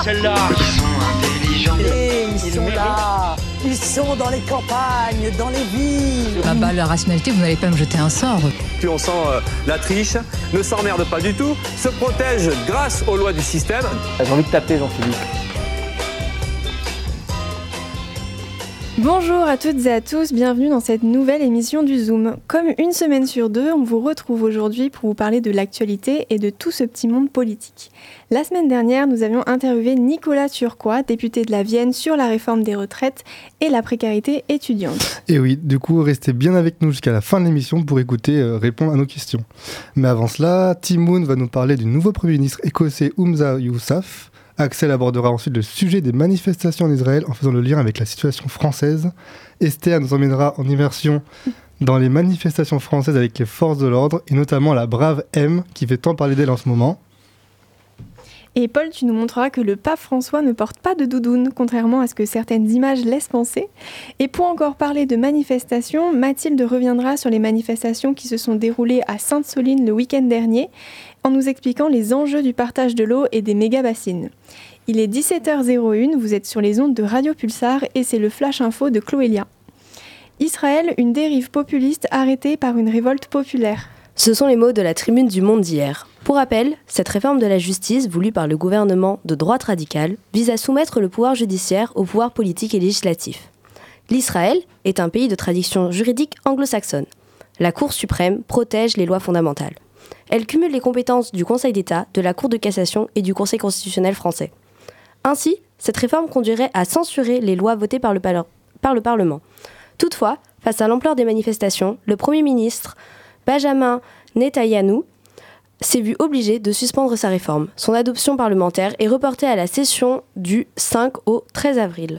celle-là. Ils sont intelligents. Et ils sont là. Ils sont dans les campagnes, dans les villes. La rationalité, vous n'allez pas me jeter un sort. Puis on sent la triche, ne s'emmerde pas du tout, se protège grâce aux lois du système. J'ai envie de taper Jean-Philippe. Bonjour à toutes et à tous, bienvenue dans cette nouvelle émission du Zoom. Comme une semaine sur deux, on vous retrouve aujourd'hui pour vous parler de l'actualité et de tout ce petit monde politique. La semaine dernière, nous avions interviewé Nicolas Turquois, député de la Vienne, sur la réforme des retraites et la précarité étudiante. Et oui, du coup, restez bien avec nous jusqu'à la fin de l'émission pour écouter répondre à nos questions. Mais avant cela, Timoun va nous parler du nouveau Premier ministre écossais Humza Yousaf. Axel abordera ensuite le sujet des manifestations en Israël en faisant le lien avec la situation française. Esther nous emmènera en immersion dans les manifestations françaises avec les forces de l'ordre et notamment la brave M qui fait tant parler d'elle en ce moment. Et Paul, tu nous montreras que le pape François ne porte pas de doudoune, contrairement à ce que certaines images laissent penser. Et pour encore parler de manifestations, Mathilde reviendra sur les manifestations qui se sont déroulées à Sainte-Soline le week-end dernier, en nous expliquant les enjeux du partage de l'eau et des méga-bassines. Il est 17h01, vous êtes sur les ondes de Radio Pulsar et c'est le Flash Info de Chloélia. Israël, une dérive populiste arrêtée par une révolte populaire. Ce sont les mots de la Tribune du Monde d'hier. Pour rappel, cette réforme de la justice, voulue par le gouvernement de droite radicale, vise à soumettre le pouvoir judiciaire au pouvoir politique et législatif. L'Israël est un pays de tradition juridique anglo-saxonne. La Cour suprême protège les lois fondamentales. Elle cumule les compétences du Conseil d'État, de la Cour de cassation et du Conseil constitutionnel français. Ainsi, cette réforme conduirait à censurer les lois votées par le Parlement. Toutefois, face à l'ampleur des manifestations, le Premier ministre Benjamin Netanyahou s'est vu obligé de suspendre sa réforme. Son adoption parlementaire est reportée à la session du 5 au 13 avril.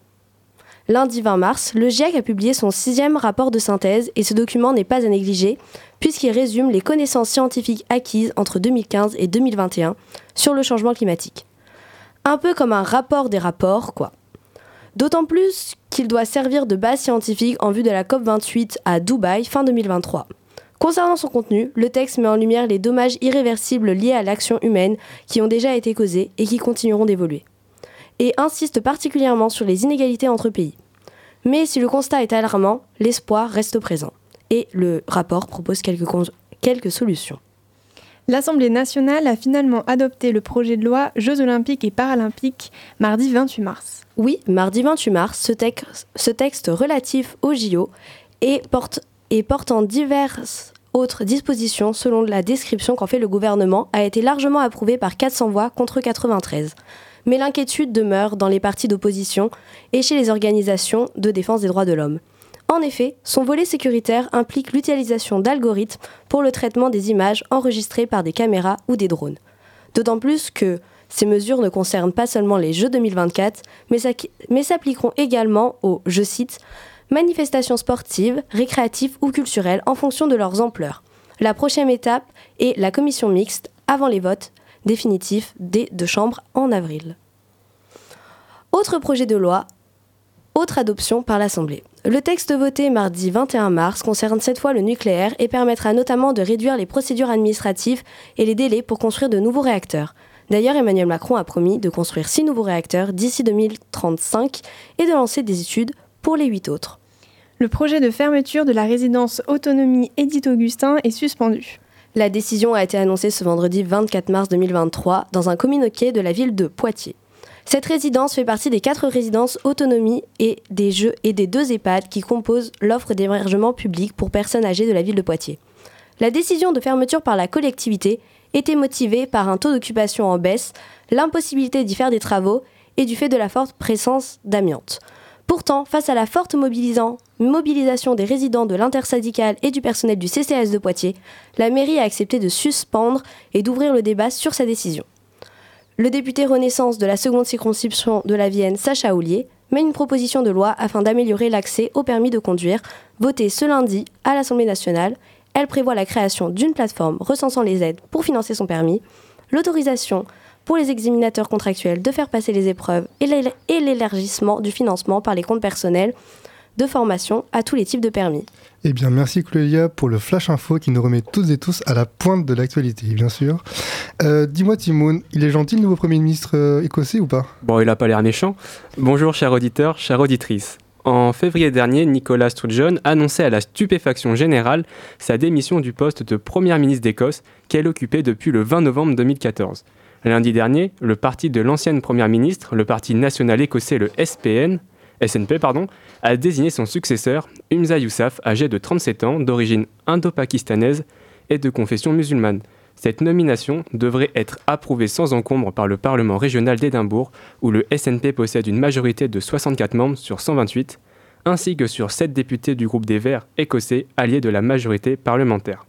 Lundi 20 mars, le GIEC a publié son 6e rapport de synthèse et ce document n'est pas à négliger puisqu'il résume les connaissances scientifiques acquises entre 2015 et 2021 sur le changement climatique. Un peu comme un rapport des rapports, quoi. D'autant plus qu'il doit servir de base scientifique en vue de la COP28 à Dubaï fin 2023. Concernant son contenu, le texte met en lumière les dommages irréversibles liés à l'action humaine qui ont déjà été causés et qui continueront d'évoluer. Et insiste particulièrement sur les inégalités entre pays. Mais si le constat est alarmant, l'espoir reste présent. Et le rapport propose quelques solutions. L'Assemblée nationale a finalement adopté le projet de loi Jeux olympiques et paralympiques mardi 28 mars. Oui, mardi 28 mars, ce texte relatif aux JO et portant diverses autres dispositions selon la description qu'en fait le gouvernement a été largement approuvé par 400 voix contre 93. Mais l'inquiétude demeure dans les partis d'opposition et chez les organisations de défense des droits de l'homme. En effet, son volet sécuritaire implique l'utilisation d'algorithmes pour le traitement des images enregistrées par des caméras ou des drones. D'autant plus que ces mesures ne concernent pas seulement les Jeux 2024, mais s'appliqueront également aux, je cite, manifestations sportives, récréatives ou culturelles en fonction de leurs ampleurs. La prochaine étape est la commission mixte avant les votes définitifs des deux chambres en avril. Autre projet de loi, autre adoption par l'Assemblée. Le texte voté mardi 21 mars concerne cette fois le nucléaire et permettra notamment de réduire les procédures administratives et les délais pour construire de nouveaux réacteurs. D'ailleurs, Emmanuel Macron a promis de construire 6 nouveaux réacteurs d'ici 2035 et de lancer des études pour les 8 autres. Le projet de fermeture de la résidence autonomie Édith-Augustin est suspendu. La décision a été annoncée ce vendredi 24 mars 2023 dans un communiqué de la ville de Poitiers. Cette résidence fait partie des 4 résidences autonomie et des 2 EHPAD qui composent l'offre d'hébergement public pour personnes âgées de la ville de Poitiers. La décision de fermeture par la collectivité était motivée par un taux d'occupation en baisse, l'impossibilité d'y faire des travaux et du fait de la forte présence d'amiante. Pourtant, face à la forte mobilisation des résidents de l'intersyndicale et du personnel du CCAS de Poitiers, la mairie a accepté de suspendre et d'ouvrir le débat sur sa décision. Le député Renaissance de la seconde circonscription de la Vienne, Sacha Houlier, met une proposition de loi afin d'améliorer l'accès au permis de conduire, votée ce lundi à l'Assemblée nationale. Elle prévoit la création d'une plateforme recensant les aides pour financer son permis, l'autorisation pour les examinateurs contractuels de faire passer les épreuves et l'élargissement du financement par les comptes personnels de formation à tous les types de permis. Eh bien, merci Clélia pour le flash info qui nous remet toutes et tous à la pointe de l'actualité, bien sûr. Dis-moi Timoun, il est gentil le nouveau Premier ministre écossais ou pas ? Bon, il a pas l'air méchant. Bonjour chers auditeurs, chères auditrices. En février dernier, Nicola Sturgeon annonçait à la stupéfaction générale sa démission du poste de Premier ministre d'Écosse qu'elle occupait depuis le 20 novembre 2014. Lundi dernier, le parti de l'ancienne Première ministre, le Parti national écossais, le SNP, a désigné son successeur, Humza Yousaf, âgé de 37 ans, d'origine indo-pakistanaise et de confession musulmane. Cette nomination devrait être approuvée sans encombre par le Parlement régional d'Édimbourg, où le SNP possède une majorité de 64 membres sur 128, ainsi que sur 7 députés du groupe des Verts écossais, alliés de la majorité parlementaire.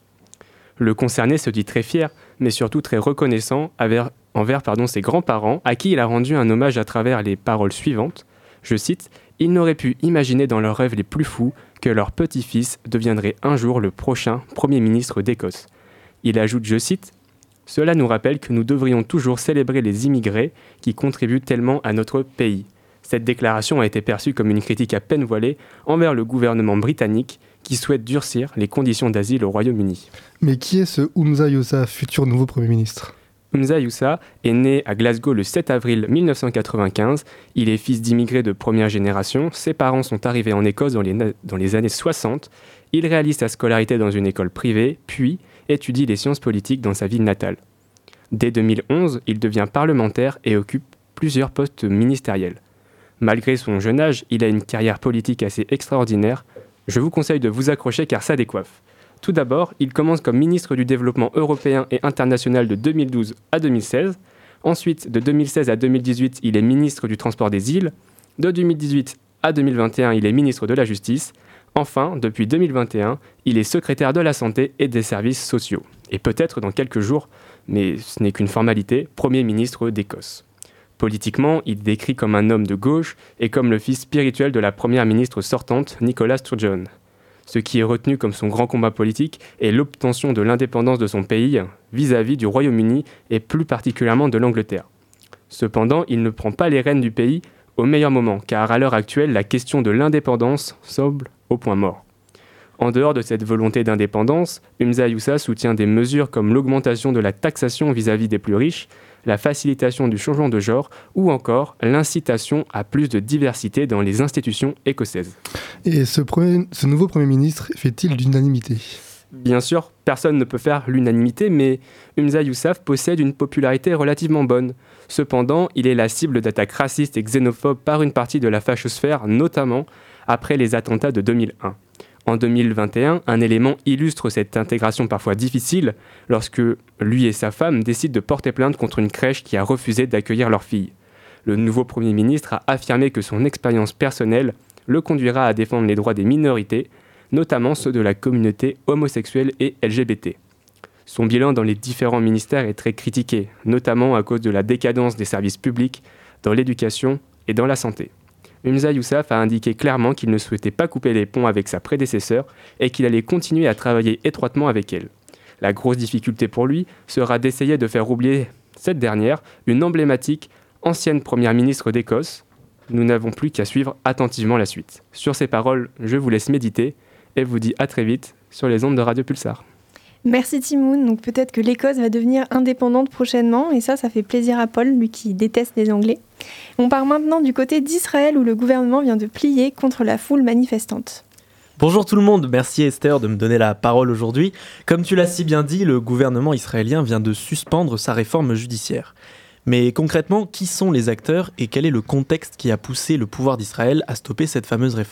Le concerné se dit très fier, mais surtout très reconnaissant envers ses grands-parents, à qui il a rendu un hommage à travers les paroles suivantes. Je cite, « Ils n'auraient pu imaginer dans leurs rêves les plus fous que leur petit-fils deviendrait un jour le prochain Premier ministre d'Écosse. » Il ajoute, je cite, « Cela nous rappelle que nous devrions toujours célébrer les immigrés qui contribuent tellement à notre pays. » Cette déclaration a été perçue comme une critique à peine voilée envers le gouvernement britannique qui souhaite durcir les conditions d'asile au Royaume-Uni. Mais qui est ce Humza Yousaf, futur nouveau Premier ministre ? Humza Yousaf est né à Glasgow le 7 avril 1995. Il est fils d'immigrés de première génération. Ses parents sont arrivés en Écosse dans les années 60. Il réalise sa scolarité dans une école privée, puis étudie les sciences politiques dans sa ville natale. Dès 2011, il devient parlementaire et occupe plusieurs postes ministériels. Malgré son jeune âge, il a une carrière politique assez extraordinaire. Je vous conseille de vous accrocher car ça décoiffe. Tout d'abord, il commence comme ministre du Développement européen et international de 2012 à 2016. Ensuite, de 2016 à 2018, il est ministre du Transport des îles. De 2018 à 2021, il est ministre de la Justice. Enfin, depuis 2021, il est secrétaire de la Santé et des Services sociaux. Et peut-être dans quelques jours, mais ce n'est qu'une formalité, Premier ministre d'Écosse. Politiquement, il est décrit comme un homme de gauche et comme le fils spirituel de la première ministre sortante, Nicola Sturgeon. Ce qui est retenu comme son grand combat politique est l'obtention de l'indépendance de son pays vis-à-vis du Royaume-Uni et plus particulièrement de l'Angleterre. Cependant, il ne prend pas les rênes du pays au meilleur moment, car à l'heure actuelle, la question de l'indépendance semble au point mort. En dehors de cette volonté d'indépendance, Humza Yousaf soutient des mesures comme l'augmentation de la taxation vis-à-vis des plus riches, la facilitation du changement de genre ou encore l'incitation à plus de diversité dans les institutions écossaises. Et ce nouveau Premier ministre fait-il l'unanimité ? Bien sûr, personne ne peut faire l'unanimité, mais Humza Yousaf possède une popularité relativement bonne. Cependant, il est la cible d'attaques racistes et xénophobes par une partie de la fachosphère, notamment après les attentats de 2001. En 2021, un élément illustre cette intégration parfois difficile lorsque lui et sa femme décident de porter plainte contre une crèche qui a refusé d'accueillir leur fille. Le nouveau Premier ministre a affirmé que son expérience personnelle le conduira à défendre les droits des minorités, notamment ceux de la communauté homosexuelle et LGBT. Son bilan dans les différents ministères est très critiqué, notamment à cause de la décadence des services publics dans l'éducation et dans la santé. Humza Yousaf a indiqué clairement qu'il ne souhaitait pas couper les ponts avec sa prédécesseur et qu'il allait continuer à travailler étroitement avec elle. La grosse difficulté pour lui sera d'essayer de faire oublier cette dernière, une emblématique ancienne première ministre d'Écosse. Nous n'avons plus qu'à suivre attentivement la suite. Sur ces paroles, je vous laisse méditer et vous dis à très vite sur les ondes de Radio Pulsar. Merci Timoun. Donc peut-être que l'Écosse va devenir indépendante prochainement et ça fait plaisir à Paul, lui qui déteste les Anglais. On part maintenant du côté d'Israël où le gouvernement vient de plier contre la foule manifestante. Bonjour tout le monde, merci Esther de me donner la parole aujourd'hui. Comme tu l'as si bien dit, le gouvernement israélien vient de suspendre sa réforme judiciaire. Mais concrètement, qui sont les acteurs et quel est le contexte qui a poussé le pouvoir d'Israël à stopper cette fameuse réforme ?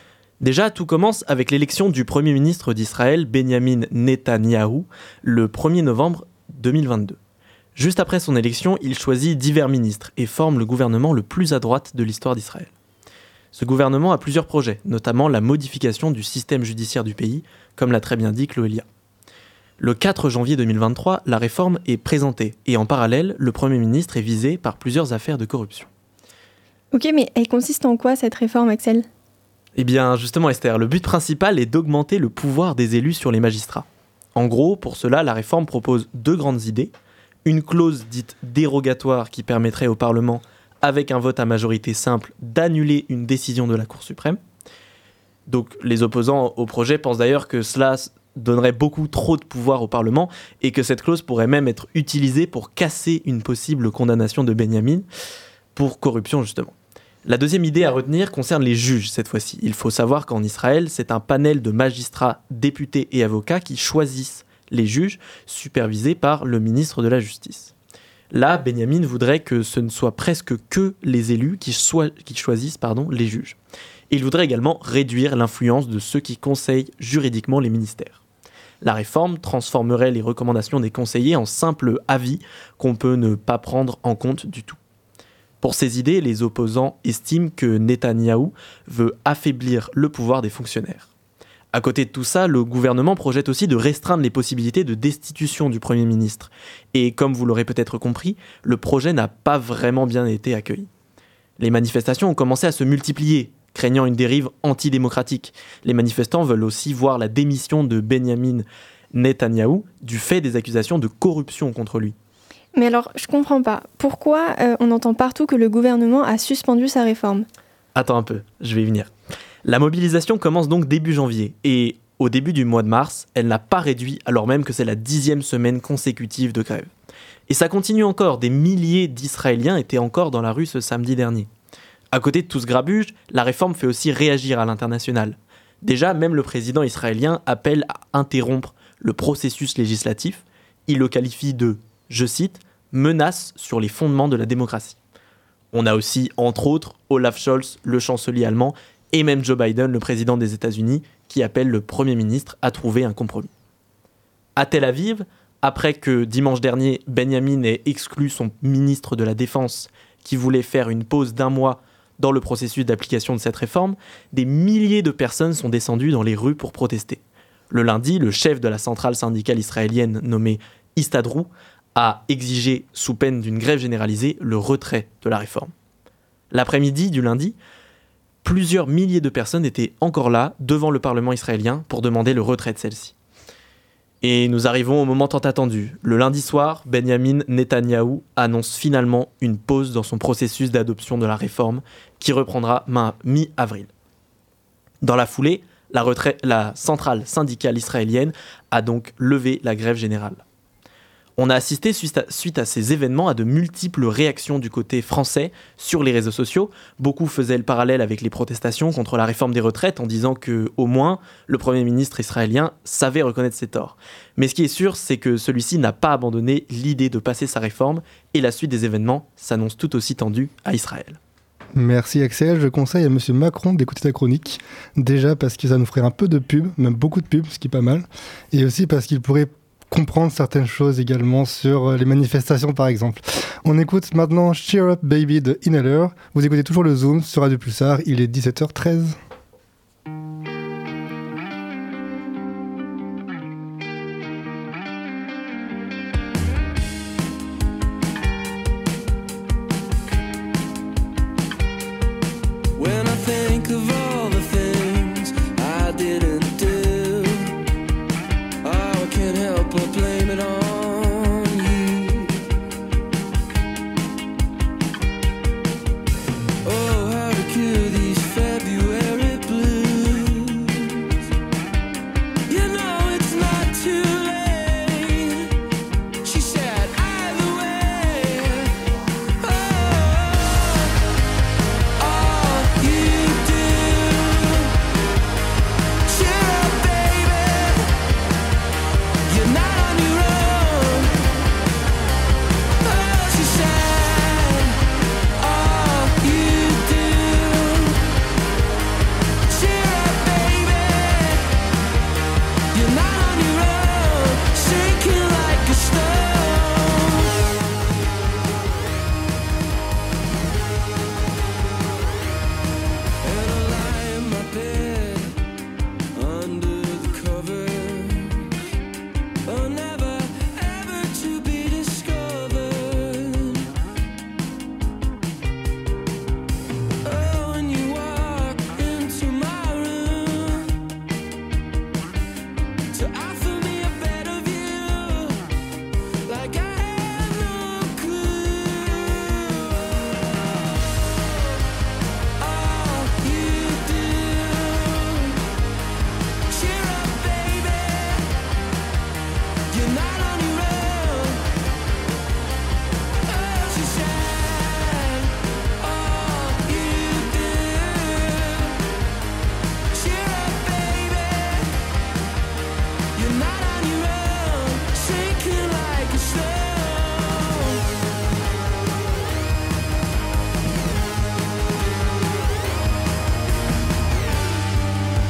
Déjà, tout commence avec l'élection du Premier ministre d'Israël, Benyamin Netanyahou, le 1er novembre 2022. Juste après son élection, il choisit divers ministres et forme le gouvernement le plus à droite de l'histoire d'Israël. Ce gouvernement a plusieurs projets, notamment la modification du système judiciaire du pays, comme l'a très bien dit Chloélia. Le 4 janvier 2023, la réforme est présentée et en parallèle, le Premier ministre est visé par plusieurs affaires de corruption. Ok, mais elle consiste en quoi cette réforme, Axel ? Eh bien, justement Esther, le but principal est d'augmenter le pouvoir des élus sur les magistrats. En gros, pour cela, la réforme propose 2 grandes idées. Une clause dite dérogatoire qui permettrait au Parlement, avec un vote à majorité simple, d'annuler une décision de la Cour suprême. Donc les opposants au projet pensent d'ailleurs que cela donnerait beaucoup trop de pouvoir au Parlement et que cette clause pourrait même être utilisée pour casser une possible condamnation de Benyamin pour corruption justement. La deuxième idée à retenir concerne les juges cette fois-ci. Il faut savoir qu'en Israël, c'est un panel de magistrats, députés et avocats qui choisissent les juges, supervisés par le ministre de la Justice. Là, Benyamin voudrait que ce ne soit presque que les élus qui choisissent les juges. Et il voudrait également réduire l'influence de ceux qui conseillent juridiquement les ministères. La réforme transformerait les recommandations des conseillers en simples avis qu'on peut ne pas prendre en compte du tout. Pour ces idées, les opposants estiment que Netanyahou veut affaiblir le pouvoir des fonctionnaires. À côté de tout ça, le gouvernement projette aussi de restreindre les possibilités de destitution du Premier ministre. Et comme vous l'aurez peut-être compris, le projet n'a pas vraiment bien été accueilli. Les manifestations ont commencé à se multiplier, craignant une dérive antidémocratique. Les manifestants veulent aussi voir la démission de Benyamin Netanyahou du fait des accusations de corruption contre lui. Mais alors, je comprends pas. Pourquoi on entend partout que le gouvernement a suspendu sa réforme ? Attends un peu, je vais y venir. La mobilisation commence donc début janvier et au début du mois de mars, elle n'a pas réduit alors même que c'est la 10e semaine consécutive de grève. Et ça continue encore, des milliers d'Israéliens étaient encore dans la rue ce samedi dernier. À côté de tout ce grabuge, la réforme fait aussi réagir à l'international. Déjà, même le président israélien appelle à interrompre le processus législatif. Il le qualifie de, je cite, « menace sur les fondements de la démocratie ». On a aussi, entre autres, Olaf Scholz, le chancelier allemand, et même Joe Biden, le président des États-Unis, qui appelle le Premier ministre à trouver un compromis. À Tel Aviv, après que dimanche dernier, Benyamin ait exclu son ministre de la Défense, qui voulait faire une pause d'1 mois dans le processus d'application de cette réforme, des milliers de personnes sont descendues dans les rues pour protester. Le lundi, le chef de la centrale syndicale israélienne nommé Histadrou a exigé, sous peine d'une grève généralisée, le retrait de la réforme. L'après-midi du lundi, plusieurs milliers de personnes étaient encore là, devant le Parlement israélien, pour demander le retrait de celle-ci. Et nous arrivons au moment tant attendu. Le lundi soir, Benyamin Netanyahou annonce finalement une pause dans son processus d'adoption de la réforme, qui reprendra mi-avril. Dans la foulée, la centrale syndicale israélienne a donc levé la grève générale. On a assisté suite à ces événements à de multiples réactions du côté français sur les réseaux sociaux. Beaucoup faisaient le parallèle avec les protestations contre la réforme des retraites en disant que, au moins, le Premier ministre israélien savait reconnaître ses torts. Mais ce qui est sûr, c'est que celui-ci n'a pas abandonné l'idée de passer sa réforme et la suite des événements s'annonce tout aussi tendue à Israël. Merci Axel, je conseille à M. Macron d'écouter ta chronique, déjà parce que ça nous ferait un peu de pub, même beaucoup de pub, ce qui est pas mal, et aussi parce qu'il pourrait comprendre certaines choses également sur les manifestations par exemple. On écoute maintenant Cheer Up Baby de Inhaler. Vous écoutez toujours le Zoom sur Radio Pulsar, il est 17h13. February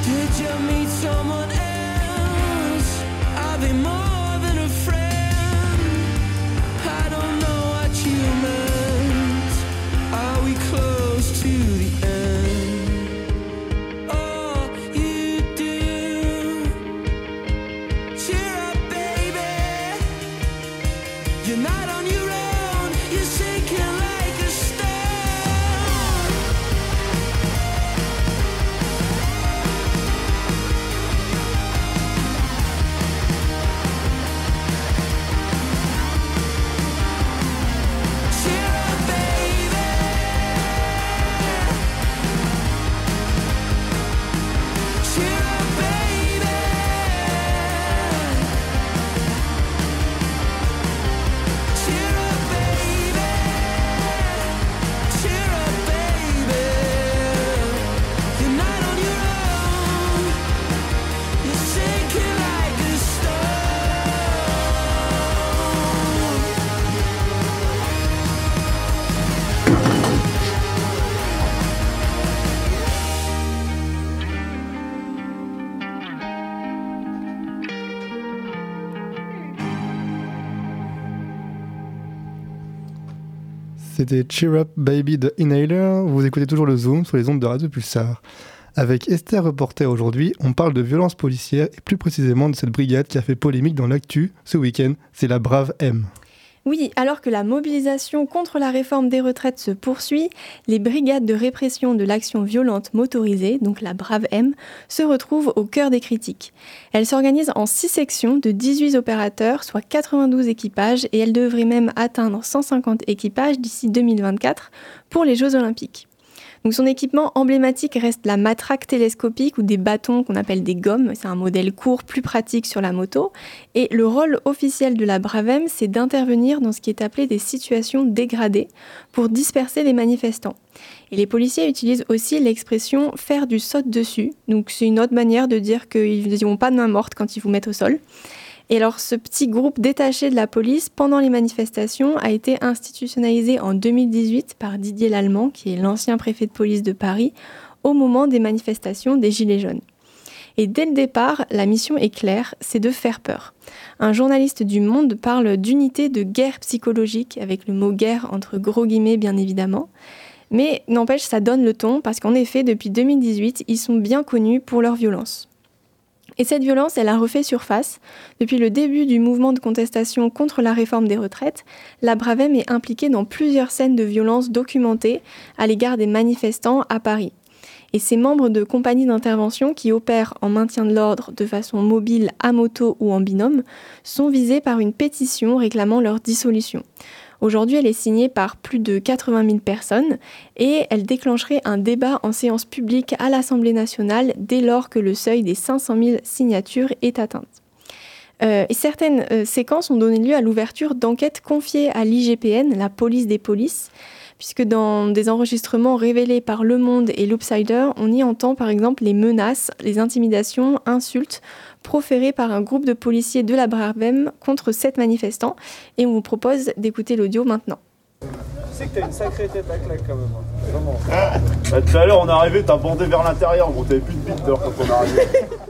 Did you meet someone else? Are they more than a friend? I don't know what you meant. Are we close to the end? Oh, you do. Cheer up, baby. You're not on your own. You're sinking like a stone. Cheer up, baby. Cheer up, baby. Cheer up, baby. Cheer up, baby. You're not on your own. You're sinking like a stone. C'était Cheer Up Baby de Inhaler. Vous écoutez toujours le Zoom sur les ondes de Radio Pulsar. Avec Esther Reporter aujourd'hui, on parle de violences policières et plus précisément de cette brigade qui a fait polémique dans l'actu ce week-end. C'est la Brave M. Oui, alors que la mobilisation contre la réforme des retraites se poursuit, les brigades de répression de l'action violente motorisée, donc la Brave M, se retrouvent au cœur des critiques. Elles s'organisent en 6 sections de 18 opérateurs, soit 92 équipages, et elles devraient même atteindre 150 équipages d'ici 2024 pour les Jeux Olympiques. Donc son équipement emblématique reste la matraque télescopique ou des bâtons qu'on appelle des gommes. C'est un modèle court, plus pratique sur la moto. Et le rôle officiel de la Brave M, c'est d'intervenir dans ce qui est appelé des situations dégradées pour disperser les manifestants. Et les policiers utilisent aussi l'expression « faire du saute-dessus ». Donc c'est une autre manière de dire qu'ils n'ont pas de main morte quand ils vous mettent au sol. Et alors, ce petit groupe détaché de la police pendant les manifestations a été institutionnalisé en 2018 par Didier Lallemand, qui est l'ancien préfet de police de Paris, au moment des manifestations des Gilets jaunes. Et dès le départ, la mission est claire, c'est de faire peur. Un journaliste du Monde parle d'unité de guerre psychologique, avec le mot guerre entre gros guillemets bien évidemment. Mais n'empêche, ça donne le ton, parce qu'en effet, depuis 2018, ils sont bien connus pour leur violence. Et cette violence, elle a refait surface. Depuis le début du mouvement de contestation contre la réforme des retraites, la Brave M est impliquée dans plusieurs scènes de violence documentées à l'égard des manifestants à Paris. Et ces membres de compagnies d'intervention qui opèrent en maintien de l'ordre de façon mobile, à moto ou en binôme, sont visés par une pétition réclamant leur dissolution. Aujourd'hui, elle est signée par plus de 80 000 personnes et elle déclencherait un débat en séance publique à l'Assemblée nationale dès lors que le seuil des 500 000 signatures est atteint. Et certaines séquences ont donné lieu à l'ouverture d'enquêtes confiées à l'IGPN, la police des polices, puisque dans des enregistrements révélés par Le Monde et l'Outsider, on y entend par exemple les menaces, les intimidations, insultes proférées par un groupe de policiers de la Brave M contre 7 manifestants. Et on vous propose d'écouter l'audio maintenant. Tu sais que t'as une sacrée tête à claque quand même, hein. Vraiment. Bah, tout à l'heure on est arrivé, t'as bandé vers l'intérieur, gros, t'avais plus de bite quand on est arrivé.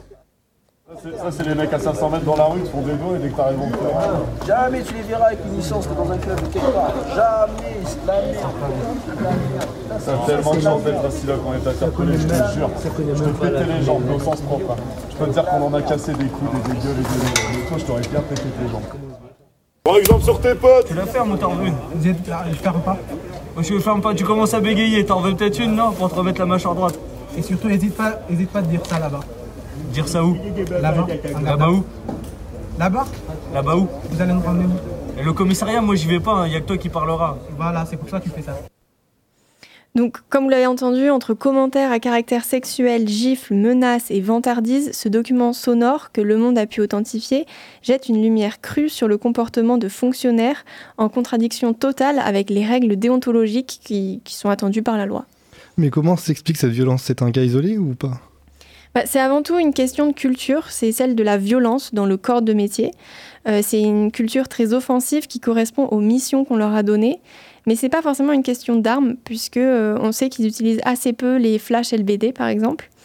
Ça c'est les mecs à 500 mètres dans la rue, ils te font des dos et dès que t'arrives en cours. Jamais tu les verras avec une licence que dans un club ou quelque part. Jamais, c'est de la merde. Ça a tellement de chance d'être assis là quand on est interpellé, je te jure. Je te pétais les jambes, mais au sens propre. Je peux te dire qu'on en a cassé des coups, des gueules et des... Mais toi je t'aurais bien pété les jambes. Par exemple sur tes potes. Tu la fermes ou t'en veux une? Je ferme pas. Moi je ferme pas, tu commences à bégayer, t'en veux peut-être une, non? Pour te remettre la mâchoire droite. Et surtout, n'hésite pas de dire ça là-bas. Dire ça où? Là-bas. Là-bas où? Là-bas? Là-bas où? Vous allez nous ramener où? Et le commissariat, moi j'y vais pas, il y a que toi qui parlera. Voilà, c'est pour ça que tu fais ça. Donc, comme vous l'avez entendu, entre commentaires à caractère sexuel, gifles, menaces et vantardises, ce document sonore que Le Monde a pu authentifier jette une lumière crue sur le comportement de fonctionnaires en contradiction totale avec les règles déontologiques qui sont attendues par la loi. Mais comment s'explique cette violence? C'est un cas isolé ou pas? C'est avant tout une question de culture, c'est celle de la violence dans le corps de métier. C'est une culture très offensive qui correspond aux missions qu'on leur a données. Mais ce n'est pas forcément une question d'armes, puisque on sait qu'ils utilisent assez peu les flashs LBD, par exemple.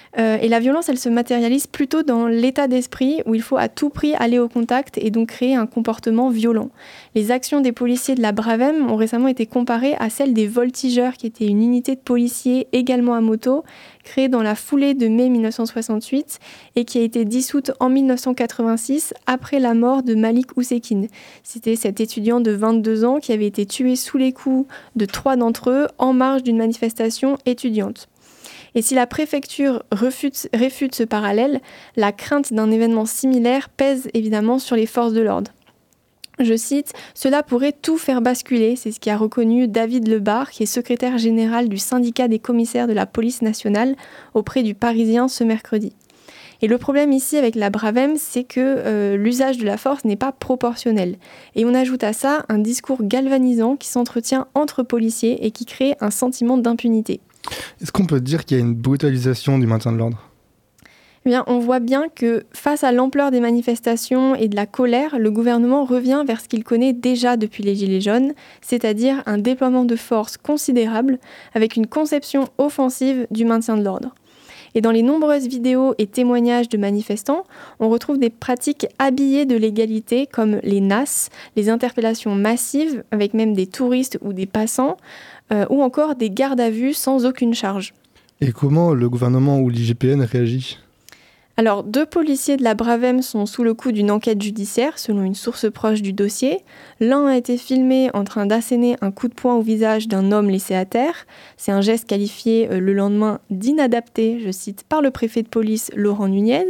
Et la violence, elle se matérialise plutôt dans l'état d'esprit où il faut à tout prix aller au contact et donc créer un comportement violent. Les actions des policiers de la Bravem ont récemment été comparées à celles des voltigeurs, qui étaient une unité de policiers également à moto, créée dans la foulée de mai 1968 et qui a été dissoute en 1986 après la mort de Malik Oussekine. C'était cet étudiant de 22 ans qui avait été tué sous les coups de 3 d'entre eux en marge d'une manifestation étudiante. Et si la préfecture réfute ce parallèle, la crainte d'un événement similaire pèse évidemment sur les forces de l'ordre. Je cite, « Cela pourrait tout faire basculer », c'est ce qu'a reconnu David Lebar, qui est secrétaire général du syndicat des commissaires de la police nationale auprès du Parisien ce mercredi. Et le problème ici avec la Bravem, c'est que l'usage de la force n'est pas proportionnel. Et on ajoute à ça un discours galvanisant qui s'entretient entre policiers et qui crée un sentiment d'impunité. Est-ce qu'on peut dire qu'il y a une brutalisation du maintien de l'ordre ? Eh bien, on voit bien que face à l'ampleur des manifestations et de la colère, le gouvernement revient vers ce qu'il connaît déjà depuis les Gilets jaunes, c'est-à-dire un déploiement de force considérable avec une conception offensive du maintien de l'ordre. Et dans les nombreuses vidéos et témoignages de manifestants, on retrouve des pratiques habillées de légalité comme les NAS, les interpellations massives avec même des touristes ou des passants, ou encore des gardes à vue sans aucune charge. Et comment le gouvernement ou l'IGPN réagit ? Alors, 2 policiers de la Bravem sont sous le coup d'une enquête judiciaire, selon une source proche du dossier. L'un a été filmé en train d'asséner un coup de poing au visage d'un homme laissé à terre. C'est un geste qualifié le lendemain d'inadapté, je cite, par le préfet de police Laurent Nunez.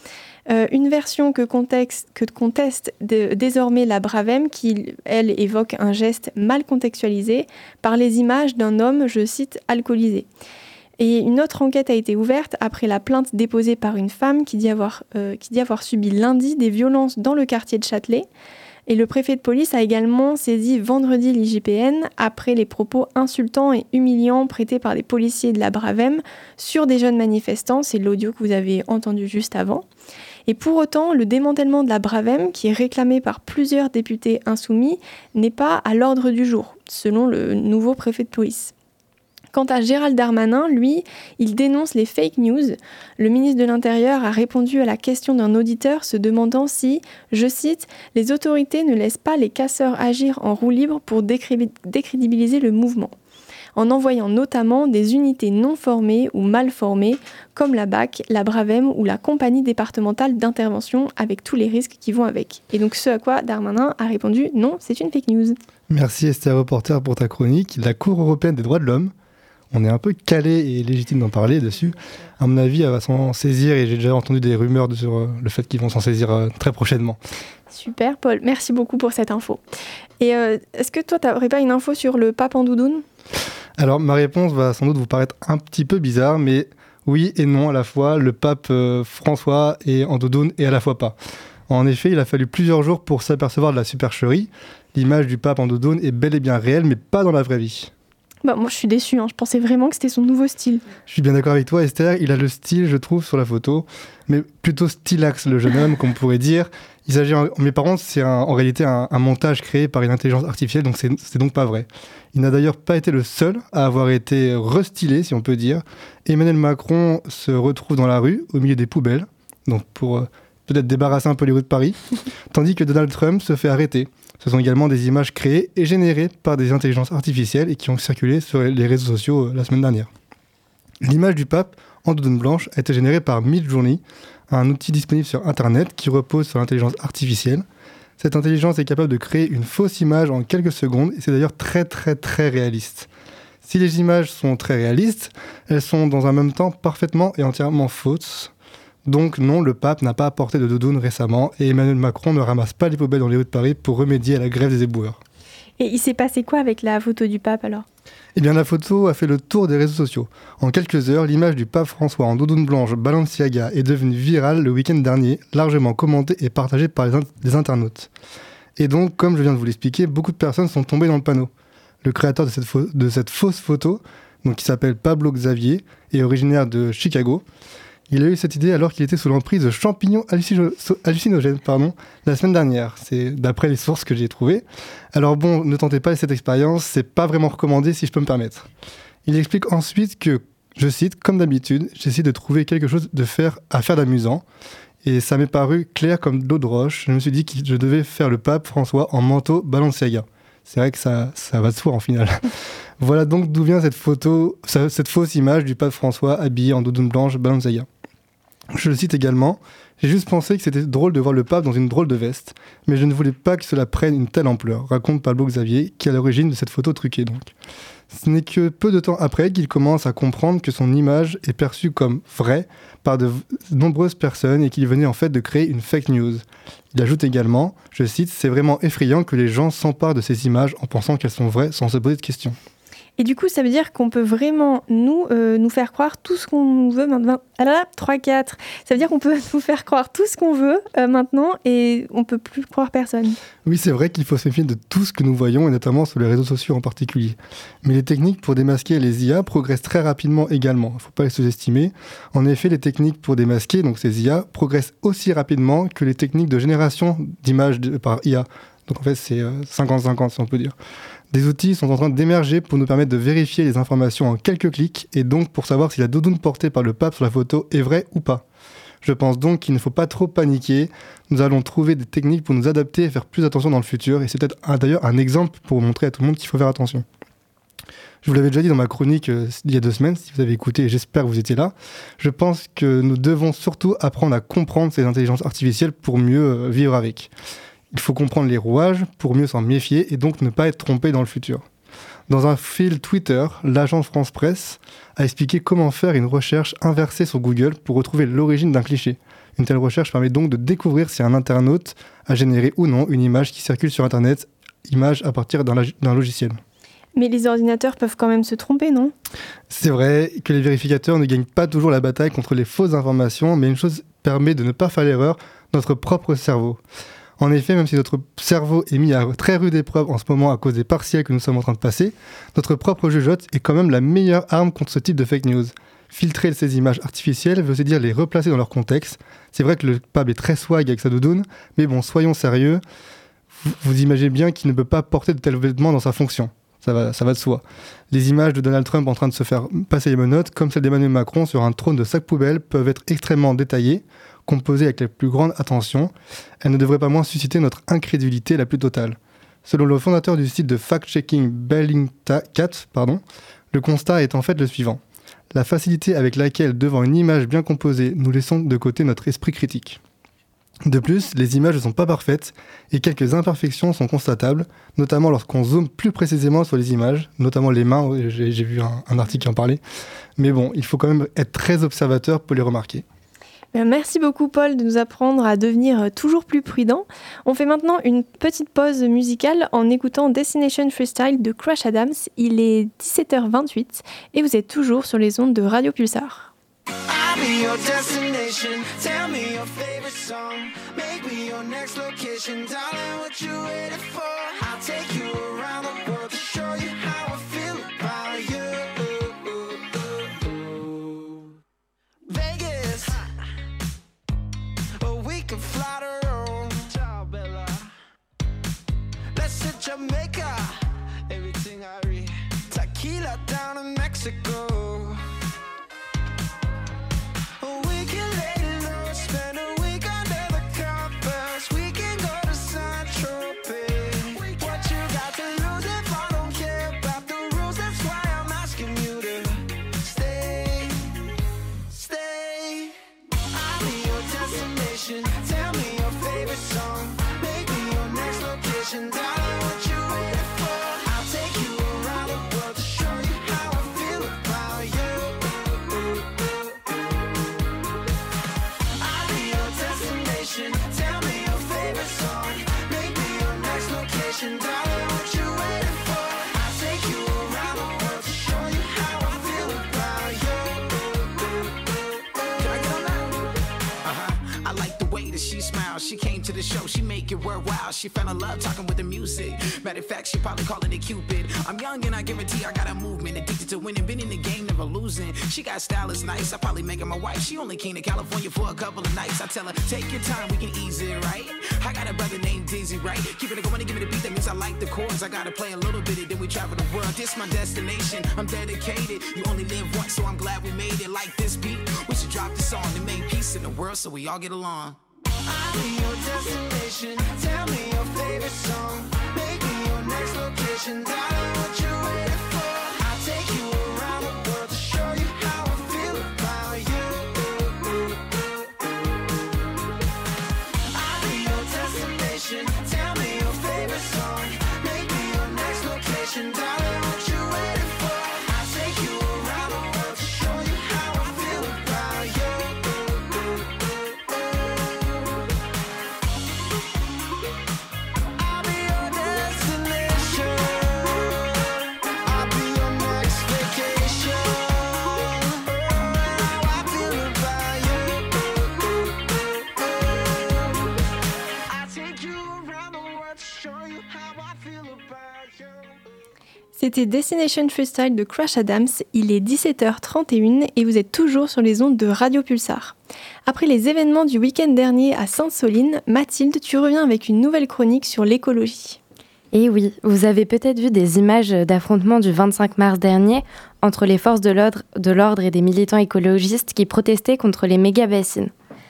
Une version que conteste désormais la Bravem, qui, elle, évoque un geste mal contextualisé par les images d'un homme, je cite, alcoolisé. Et une autre enquête a été ouverte après la plainte déposée par une femme qui dit avoir subi lundi des violences dans le quartier de Châtelet. Et le préfet de police a également saisi vendredi l'IGPN après les propos insultants et humiliants prêtés par des policiers de la Bravem sur des jeunes manifestants. C'est l'audio que vous avez entendu juste avant. Et pour autant, le démantèlement de la Bravem, qui est réclamé par plusieurs députés insoumis, n'est pas à l'ordre du jour, selon le nouveau préfet de police. Quant à Gérald Darmanin, lui, il dénonce les fake news. Le ministre de l'Intérieur a répondu à la question d'un auditeur se demandant si, je cite, « les autorités ne laissent pas les casseurs agir en roue libre pour décrédibiliser le mouvement », en envoyant notamment des unités non formées ou mal formées, comme la BAC, la Bravem ou la compagnie départementale d'intervention, avec tous les risques qui vont avec. Et donc ce à quoi Darmanin a répondu « non, c'est une fake news ». Merci Esther Reporter pour ta chronique. La Cour européenne des droits de l'homme, on est un peu calé et légitime d'en parler dessus. À mon avis, elle va s'en saisir et j'ai déjà entendu des rumeurs sur le fait qu'ils vont s'en saisir très prochainement. Super, Paul. Merci beaucoup pour cette info. Et est-ce que toi, tu n'aurais pas une info sur le pape en doudoune ? Alors, ma réponse va sans doute vous paraître un petit peu bizarre, mais oui et non à la fois. Le pape François est en doudoune et à la fois pas. En effet, il a fallu plusieurs jours pour s'apercevoir de la supercherie. L'image du pape en doudoune est bel et bien réelle, mais pas dans la vraie vie. Bah, moi, je suis déçue. Je pensais vraiment que c'était son nouveau style. Je suis bien d'accord avec toi, Esther. Il a le style, je trouve, sur la photo, mais plutôt stylax, le jeune homme, comme on pourrait dire. Il s'agit, mais par contre, c'est en réalité un montage créé par une intelligence artificielle, donc c'est donc pas vrai. Il n'a d'ailleurs pas été le seul à avoir été restylé, si on peut dire. Emmanuel Macron se retrouve dans la rue, au milieu des poubelles, donc pour peut-être débarrasser un peu les rues de Paris, tandis que Donald Trump se fait arrêter. Ce sont également des images créées et générées par des intelligences artificielles et qui ont circulé sur les réseaux sociaux la semaine dernière. L'image du pape en doudoune blanche a été générée par Midjourney, un outil disponible sur Internet qui repose sur l'intelligence artificielle. Cette intelligence est capable de créer une fausse image en quelques secondes et c'est d'ailleurs très très très réaliste. Si les images sont très réalistes, elles sont dans un même temps parfaitement et entièrement fausses. Donc non, le pape n'a pas apporté de doudoune récemment et Emmanuel Macron ne ramasse pas les poubelles dans les rues de Paris pour remédier à la grève des éboueurs. Et il s'est passé quoi avec la photo du pape alors ? Eh bien la photo a fait le tour des réseaux sociaux. En quelques heures, l'image du pape François en doudoune blanche Balenciaga est devenue virale le week-end dernier, largement commentée et partagée par les internautes. Et donc, comme je viens de vous l'expliquer, beaucoup de personnes sont tombées dans le panneau. Le créateur de cette fausse photo, donc qui s'appelle Pablo Xavier, est originaire de Chicago. Il a eu cette idée alors qu'il était sous l'emprise de champignons hallucinogènes la semaine dernière. C'est d'après les sources que j'ai trouvées. Alors bon, ne tentez pas cette expérience, c'est pas vraiment recommandé si je peux me permettre. Il explique ensuite que Je cite, comme d'habitude, j'essaie de trouver quelque chose à faire d'amusant. Et ça m'est paru clair comme de l'eau de roche. Je me suis dit que je devais faire le pape François en manteau Balenciaga. C'est vrai que ça va de soi en final. Voilà donc d'où vient cette fausse image du pape François habillé en doudoune blanche Balenciaga. Je le cite également, j'ai juste pensé que c'était drôle de voir le pape dans une drôle de veste, mais je ne voulais pas que cela prenne une telle ampleur, raconte Pablo Xavier, qui est à l'origine de cette photo truquée donc. Ce n'est que peu de temps après qu'il commence à comprendre que son image est perçue comme vraie par de nombreuses personnes et qu'il venait en fait de créer une fake news. Il ajoute également, je cite, « C'est vraiment effrayant que les gens s'emparent de ces images en pensant qu'elles sont vraies sans se poser de questions. » Et du coup, ça veut dire qu'on peut vraiment nous faire croire tout ce qu'on veut maintenant. Ah là là, 3-4. Ça veut dire qu'on peut nous faire croire tout ce qu'on veut maintenant et on peut plus croire personne. Oui, c'est vrai qu'il faut se méfier de tout ce que nous voyons et notamment sur les réseaux sociaux en particulier. Mais les techniques pour démasquer les IA progressent très rapidement également. Il ne faut pas les sous-estimer. En effet, les techniques pour démasquer, donc ces IA, progressent aussi rapidement que les techniques de génération d'images par IA. Donc en fait, c'est 50-50 si on peut dire. Des outils sont en train d'émerger pour nous permettre de vérifier les informations en quelques clics et donc pour savoir si la doudoune portée par le pape sur la photo est vraie ou pas. Je pense donc qu'il ne faut pas trop paniquer. Nous allons trouver des techniques pour nous adapter et faire plus attention dans le futur. Et c'est peut-être d'ailleurs un exemple pour montrer à tout le monde qu'il faut faire attention. Je vous l'avais déjà dit dans ma chronique il y a 2 semaines, si vous avez écouté, et j'espère que vous étiez là. Je pense que nous devons surtout apprendre à comprendre ces intelligences artificielles pour mieux vivre avec. Il faut comprendre les rouages pour mieux s'en méfier et donc ne pas être trompé dans le futur. Dans un fil Twitter, l'agence France Presse a expliqué comment faire une recherche inversée sur Google pour retrouver l'origine d'un cliché. Une telle recherche permet donc de découvrir si un internaute a généré ou non une image qui circule sur Internet, image à partir d'un logiciel. Mais les ordinateurs peuvent quand même se tromper, non ? C'est vrai que les vérificateurs ne gagnent pas toujours la bataille contre les fausses informations, mais une chose permet de ne pas faire l'erreur, notre propre cerveau. En effet, même si notre cerveau est mis à très rude épreuve en ce moment à cause des partiels que nous sommes en train de passer, notre propre jugeote est quand même la meilleure arme contre ce type de fake news. Filtrer ces images artificielles veut aussi dire les replacer dans leur contexte. C'est vrai que le pape est très swag avec sa doudoune, mais bon, soyons sérieux. Vous imaginez bien qu'il ne peut pas porter de tels vêtements dans sa fonction. Ça va de soi. Les images de Donald Trump en train de se faire passer les menottes, comme celle d'Emmanuel Macron sur un trône de sac poubelle, peuvent être extrêmement détaillées, composées avec la plus grande attention. Elles ne devraient pas moins susciter notre incrédulité la plus totale. Selon le fondateur du site de fact-checking Bellingcat, le constat est en fait le suivant. La facilité avec laquelle, devant une image bien composée, nous laissons de côté notre esprit critique. De plus, les images ne sont pas parfaites et quelques imperfections sont constatables, notamment lorsqu'on zoome plus précisément sur les images, notamment les mains, j'ai vu un article qui en parlait. Mais bon, il faut quand même être très observateur pour les remarquer. Merci beaucoup Paul de nous apprendre à devenir toujours plus prudent. On fait maintenant une petite pause musicale en écoutant Destination Freestyle de Crash Adams. Il est 17h28 et vous êtes toujours sur les ondes de Radio Pulsar. I'll be your destination. Tell me your favorite song. Make me your next location. Darling, what you waiting for? I'll take you around the world to show you how I feel about you. Vegas, or we can fly to Rome. Ciao, Bella. Let's hit Jamaica. Everything I read. Tequila down in Mexico. She came to the show, she make it worthwhile. She fell in love talking with the music. Matter of fact, she probably calling it Cupid. I'm young and I guarantee I got a movement. Addicted to winning, been in the game, never losing. She got style, is nice, I probably make her my wife. She only came to California for a couple of nights. I tell her, take your time, we can ease it, right? I got a brother named Dizzy, right? Keeping it going and give me the beat, that means I like the chords. I gotta play a little bit and then we travel the world. This my destination, I'm dedicated. You only live once, so I'm glad we made it. Like this beat, we should drop this song to make peace in the world so we all get along. I'll be your destination. Tell me your favorite song. Make me your next location. Darling, what you waiting for? I'll take you around the world to show you how I feel about you. I'll be your destination. Tell me your favorite song. Make me your next location. Darling, what you waiting for? I'll take you around the world to show you how I feel about you. I'll be your destination. I'll be your next vacation. How I feel about you. I'll take you around the world to show you how I feel about you. C'était Destination Freestyle de Crash Adams, il est 17h31 et vous êtes toujours sur les ondes de Radio Pulsar. Après les événements du week-end dernier à Sainte-Soline, Mathilde, tu reviens avec une nouvelle chronique sur l'écologie. Et oui, vous avez peut-être vu des images d'affrontements du 25 mars dernier entre les forces de l'ordre et des militants écologistes qui protestaient contre les méga-bassines.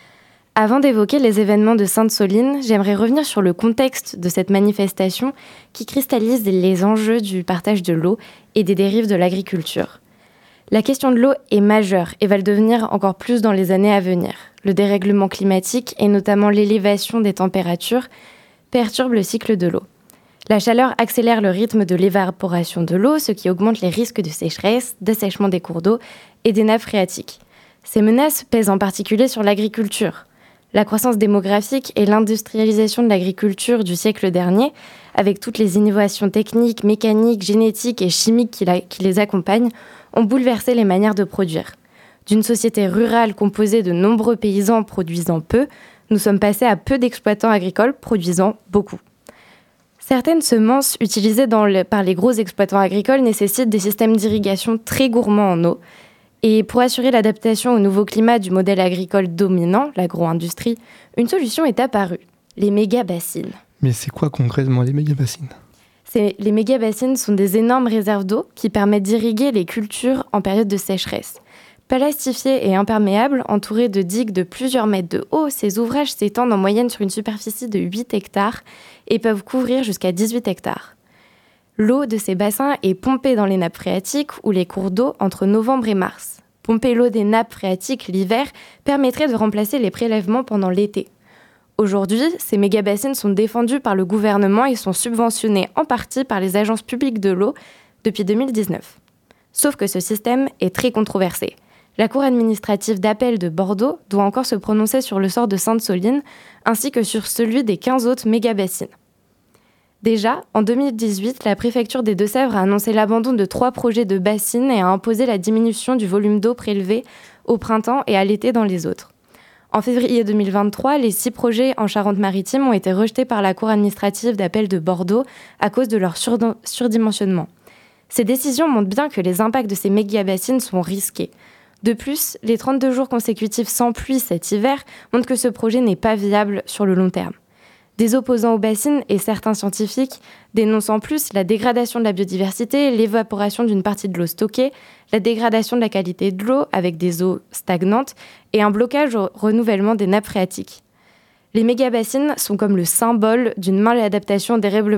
Avant d'évoquer les événements de Sainte-Soline, j'aimerais revenir sur le contexte de cette manifestation qui cristallise les enjeux du partage de l'eau et des dérives de l'agriculture. La question de l'eau est majeure et va le devenir encore plus dans les années à venir. Le dérèglement climatique et notamment l'élévation des températures perturbent le cycle de l'eau. La chaleur accélère le rythme de l'évaporation de l'eau, ce qui augmente les risques de sécheresse, d'assèchement des cours d'eau et des nappes phréatiques. Ces menaces pèsent en particulier sur l'agriculture. La croissance démographique et l'industrialisation de l'agriculture du siècle dernier, avec toutes les innovations techniques, mécaniques, génétiques et chimiques qui les accompagnent, ont bouleversé les manières de produire. D'une société rurale composée de nombreux paysans produisant peu, nous sommes passés à peu d'exploitants agricoles produisant beaucoup. Certaines semences utilisées par les gros exploitants agricoles nécessitent des systèmes d'irrigation très gourmands en eau. Et pour assurer l'adaptation au nouveau climat du modèle agricole dominant, l'agro-industrie, une solution est apparue, les méga-bassines. Mais c'est quoi concrètement les méga-bassines ? Les méga-bassines sont des énormes réserves d'eau qui permettent d'irriguer les cultures en période de sécheresse. Plastifiés et imperméables, entourés de digues de plusieurs mètres de haut, ces ouvrages s'étendent en moyenne sur une superficie de 8 hectares et peuvent couvrir jusqu'à 18 hectares. L'eau de ces bassins est pompée dans les nappes phréatiques ou les cours d'eau entre novembre et mars. Pomper l'eau des nappes phréatiques l'hiver permettrait de remplacer les prélèvements pendant l'été. Aujourd'hui, ces méga-bassines sont défendues par le gouvernement et sont subventionnées en partie par les agences publiques de l'eau depuis 2019. Sauf que ce système est très controversé. La Cour administrative d'appel de Bordeaux doit encore se prononcer sur le sort de Sainte-Soline, ainsi que sur celui des 15 autres méga-bassines. Déjà, en 2018, la préfecture des Deux-Sèvres a annoncé l'abandon de 3 projets de bassines et a imposé la diminution du volume d'eau prélevé au printemps et à l'été dans les autres. En février 2023, les 6 projets en Charente-Maritime ont été rejetés par la Cour administrative d'appel de Bordeaux à cause de leur surdimensionnement. Ces décisions montrent bien que les impacts de ces méga-bassines sont risqués. De plus, les 32 jours consécutifs sans pluie cet hiver montrent que ce projet n'est pas viable sur le long terme. Des opposants aux bassines et certains scientifiques dénoncent en plus la dégradation de la biodiversité, l'évaporation d'une partie de l'eau stockée, la dégradation de la qualité de l'eau avec des eaux stagnantes et un blocage au renouvellement des nappes phréatiques. Les méga-bassines sont comme le symbole d'une maladaptation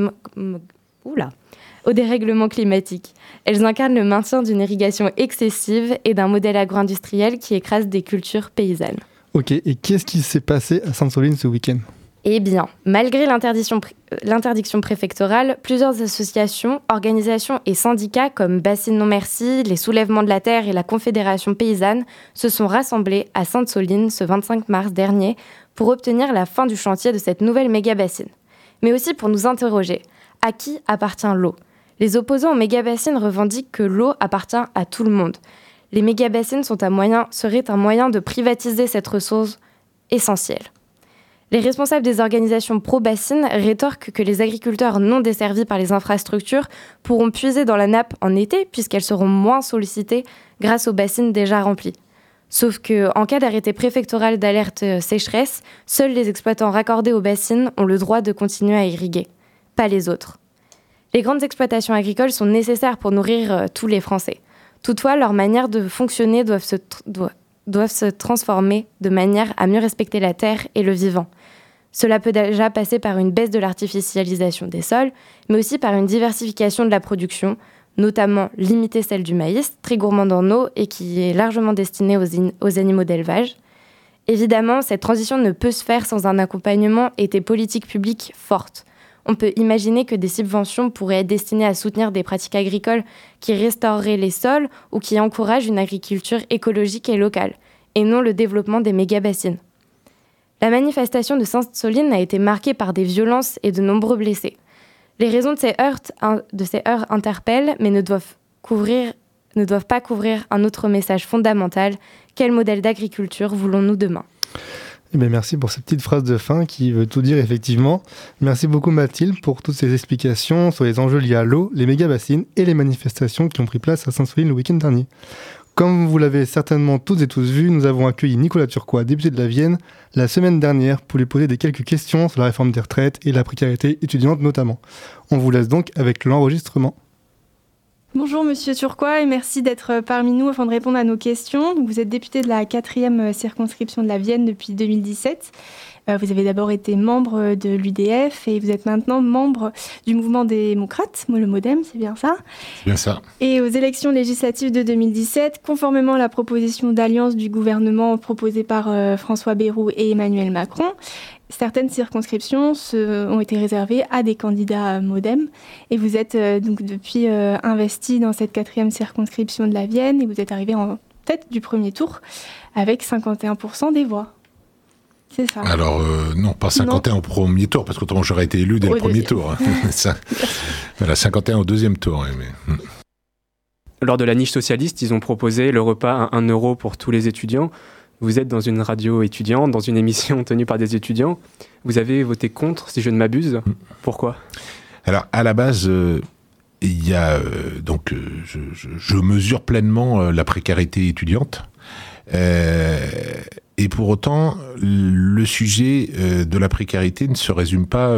au dérèglement climatique. Elles incarnent le maintien d'une irrigation excessive et d'un modèle agro-industriel qui écrase des cultures paysannes. Ok, et qu'est-ce qui s'est passé à Sainte-Soline ce week-end ? Eh bien, malgré l'interdiction préfectorale, plusieurs associations, organisations et syndicats comme Bassines Non Merci, les Soulèvements de la Terre et la Confédération Paysanne se sont rassemblés à Sainte-Soline ce 25 mars dernier pour obtenir la fin du chantier de cette nouvelle méga-bassine. Mais aussi pour nous interroger, à qui appartient l'eau ? Les opposants aux méga-bassines revendiquent que l'eau appartient à tout le monde. Les méga-bassines seraient un moyen de privatiser cette ressource essentielle. Les responsables des organisations pro-bassines rétorquent que les agriculteurs non desservis par les infrastructures pourront puiser dans la nappe en été puisqu'elles seront moins sollicitées grâce aux bassines déjà remplies. Sauf qu'en cas d'arrêté préfectoral d'alerte sécheresse, seuls les exploitants raccordés aux bassines ont le droit de continuer à irriguer, pas les autres. Les grandes exploitations agricoles sont nécessaires pour nourrir tous les Français. Toutefois, leur manière de fonctionner doivent se transformer de manière à mieux respecter la terre et le vivant. Cela peut déjà passer par une baisse de l'artificialisation des sols, mais aussi par une diversification de la production, notamment limiter celle du maïs, très gourmand en eau et qui est largement destiné aux animaux d'élevage. Évidemment, cette transition ne peut se faire sans un accompagnement et des politiques publiques fortes. On peut imaginer que des subventions pourraient être destinées à soutenir des pratiques agricoles qui restaureraient les sols ou qui encouragent une agriculture écologique et locale, et non le développement des méga-bassines. La manifestation de Sainte-Soline a été marquée par des violences et de nombreux blessés. Les raisons de ces heurts interpellent, mais ne doivent pas couvrir un autre message fondamental. Quel modèle d'agriculture voulons-nous demain ? Eh bien, merci pour cette petite phrase de fin qui veut tout dire effectivement. Merci beaucoup Mathilde pour toutes ces explications sur les enjeux liés à l'eau, les méga-bassines et les manifestations qui ont pris place à Sainte-Soline le week-end dernier. Comme vous l'avez certainement toutes et tous vu, nous avons accueilli Nicolas Turquois, député de la Vienne, la semaine dernière pour lui poser quelques questions sur la réforme des retraites et la précarité étudiante notamment. On vous laisse donc avec l'enregistrement. Bonjour Monsieur Turquois et merci d'être parmi nous afin de répondre à nos questions. Vous êtes député de la 4e circonscription de la Vienne depuis 2017. Vous avez d'abord été membre de l'UDF et vous êtes maintenant membre du mouvement démocrate, le MoDem, c'est bien ça ? C'est bien ça. Et aux élections législatives de 2017, conformément à la proposition d'alliance du gouvernement proposée par François Bayrou et Emmanuel Macron, certaines circonscriptions ont été réservées à des candidats MoDem. Et vous êtes donc depuis investi dans cette 4e circonscription de la Vienne et vous êtes arrivé en tête du premier tour avec 51% des voix. C'est ça. Alors, non, pas 51 au premier tour, parce qu'autrement j'aurais été élu dès le premier tour. Ça, voilà, 51 au deuxième tour. Mais... Lors de la niche socialiste, ils ont proposé le repas à 1 euro pour tous les étudiants. Vous êtes dans une radio étudiante, dans une émission tenue par des étudiants. Vous avez voté contre, si je ne m'abuse. Pourquoi ? Alors, à la base, il y a... je mesure pleinement la précarité étudiante. Et pour autant, le sujet de la précarité ne se résume pas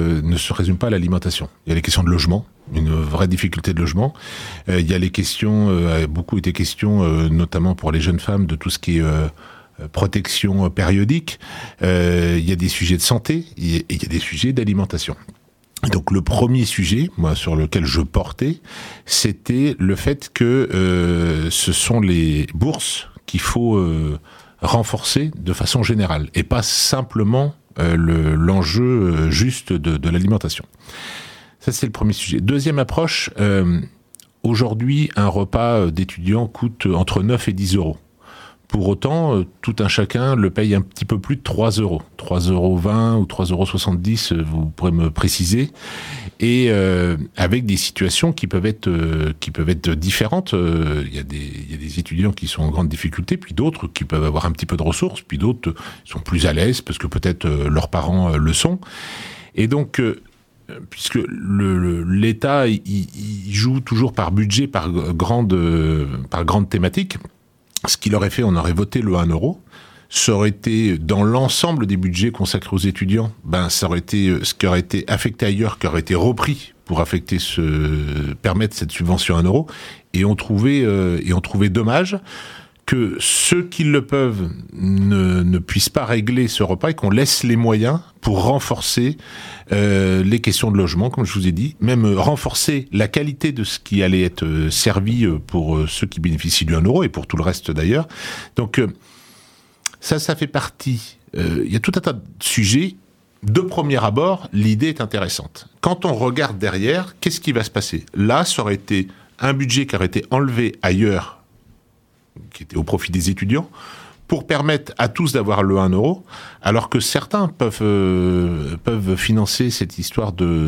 à l'alimentation. Il y a les questions de logement, une vraie difficulté de logement. Il y a les questions, beaucoup été question, notamment pour les jeunes femmes, de tout ce qui est protection périodique. Il y a des sujets de santé et il y a des sujets d'alimentation. Donc le premier sujet, moi, sur lequel je portais, c'était le fait que ce sont les bourses qu'il faut renforcer de façon générale et pas simplement l'enjeu juste de l'alimentation. Ça, c'est le premier sujet. Deuxième approche, aujourd'hui, un repas d'étudiant coûte entre 9 et 10 euros. Pour autant, tout un chacun le paye un petit peu plus de 3 euros. 3,20 euros ou 3,70 euros, vous pourrez me préciser. Et avec des situations qui peuvent être différentes. Il y a des étudiants qui sont en grande difficulté, puis d'autres qui peuvent avoir un petit peu de ressources, puis d'autres sont plus à l'aise parce que peut-être leurs parents le sont. Et donc, puisque l'État il joue toujours par budget, par grande thématique, ce qu'il aurait fait, on aurait voté le 1 euro. Ça aurait été, dans l'ensemble des budgets consacrés aux étudiants, ça aurait été ce qui aurait été affecté ailleurs, qui aurait été repris pour permettre cette subvention à 1 euro. Et on trouvait dommage que ceux qui le peuvent ne puissent pas régler ce repas et qu'on laisse les moyens pour renforcer les questions de logement, comme je vous ai dit, même renforcer la qualité de ce qui allait être servi pour ceux qui bénéficient du 1 euro et pour tout le reste d'ailleurs. Donc ça fait partie. Il y a tout un tas de sujets. De premier abord, l'idée est intéressante. Quand on regarde derrière, qu'est-ce qui va se passer ? Là, ça aurait été un budget qui aurait été enlevé ailleurs, qui était au profit des étudiants, pour permettre à tous d'avoir le 1 euro, alors que certains peuvent financer cette histoire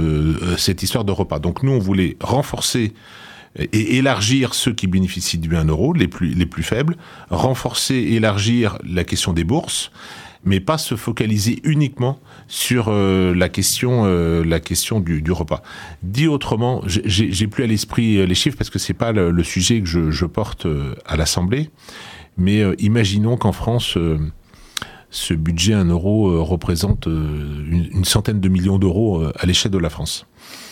de repas. Donc nous, on voulait renforcer et élargir ceux qui bénéficient du 1 euro, les plus faibles, renforcer et élargir la question des bourses, mais pas se focaliser uniquement sur la question du repas. Dit autrement, j'ai plus à l'esprit les chiffres parce que c'est pas le sujet que je porte à l'Assemblée, Mais imaginons qu'en France, ce budget 1 euro représente une centaine de millions d'euros à l'échelle de la France.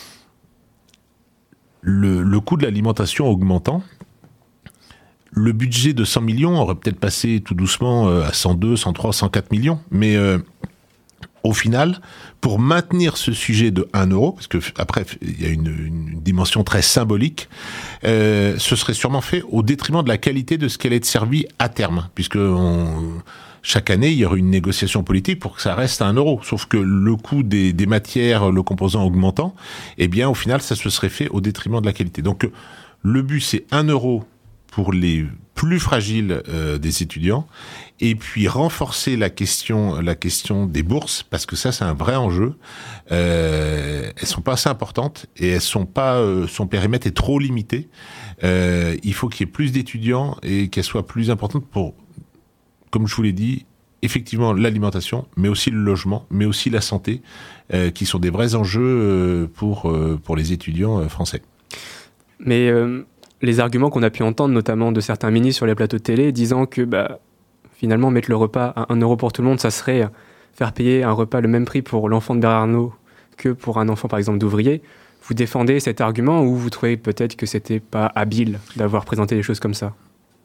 Le coût de l'alimentation augmentant, le budget de 100 millions aurait peut-être passé tout doucement à 102, 103, 104 millions. Mais au final, pour maintenir ce sujet de 1 euro, parce que après il y a une dimension très symbolique, ce serait sûrement fait au détriment de la qualité de ce qu'elle est servie à terme, puisque chaque année, il y aurait une négociation politique pour que ça reste à 1 euro. Sauf que le coût des matières, le composant augmentant, eh bien, au final, ça se serait fait au détriment de la qualité. Donc, le but, c'est 1 euro pour les plus fragiles des étudiants, et puis renforcer la question des bourses, parce que ça, c'est un vrai enjeu. Elles sont pas assez importantes, et elles sont pas, son périmètre est trop limité. Il faut qu'il y ait plus d'étudiants, et qu'elles soient plus importantes pour, comme je vous l'ai dit, effectivement l'alimentation, mais aussi le logement, mais aussi la santé, qui sont des vrais enjeux pour les étudiants français. Mais les arguments qu'on a pu entendre, notamment de certains ministres sur les plateaux de télé, disant que finalement mettre le repas à 1 euro pour tout le monde, ça serait faire payer un repas le même prix pour l'enfant de Bernard Arnault que pour un enfant par exemple d'ouvrier. Vous défendez cet argument ou vous trouvez peut-être que c'était pas habile d'avoir présenté les choses comme ça ?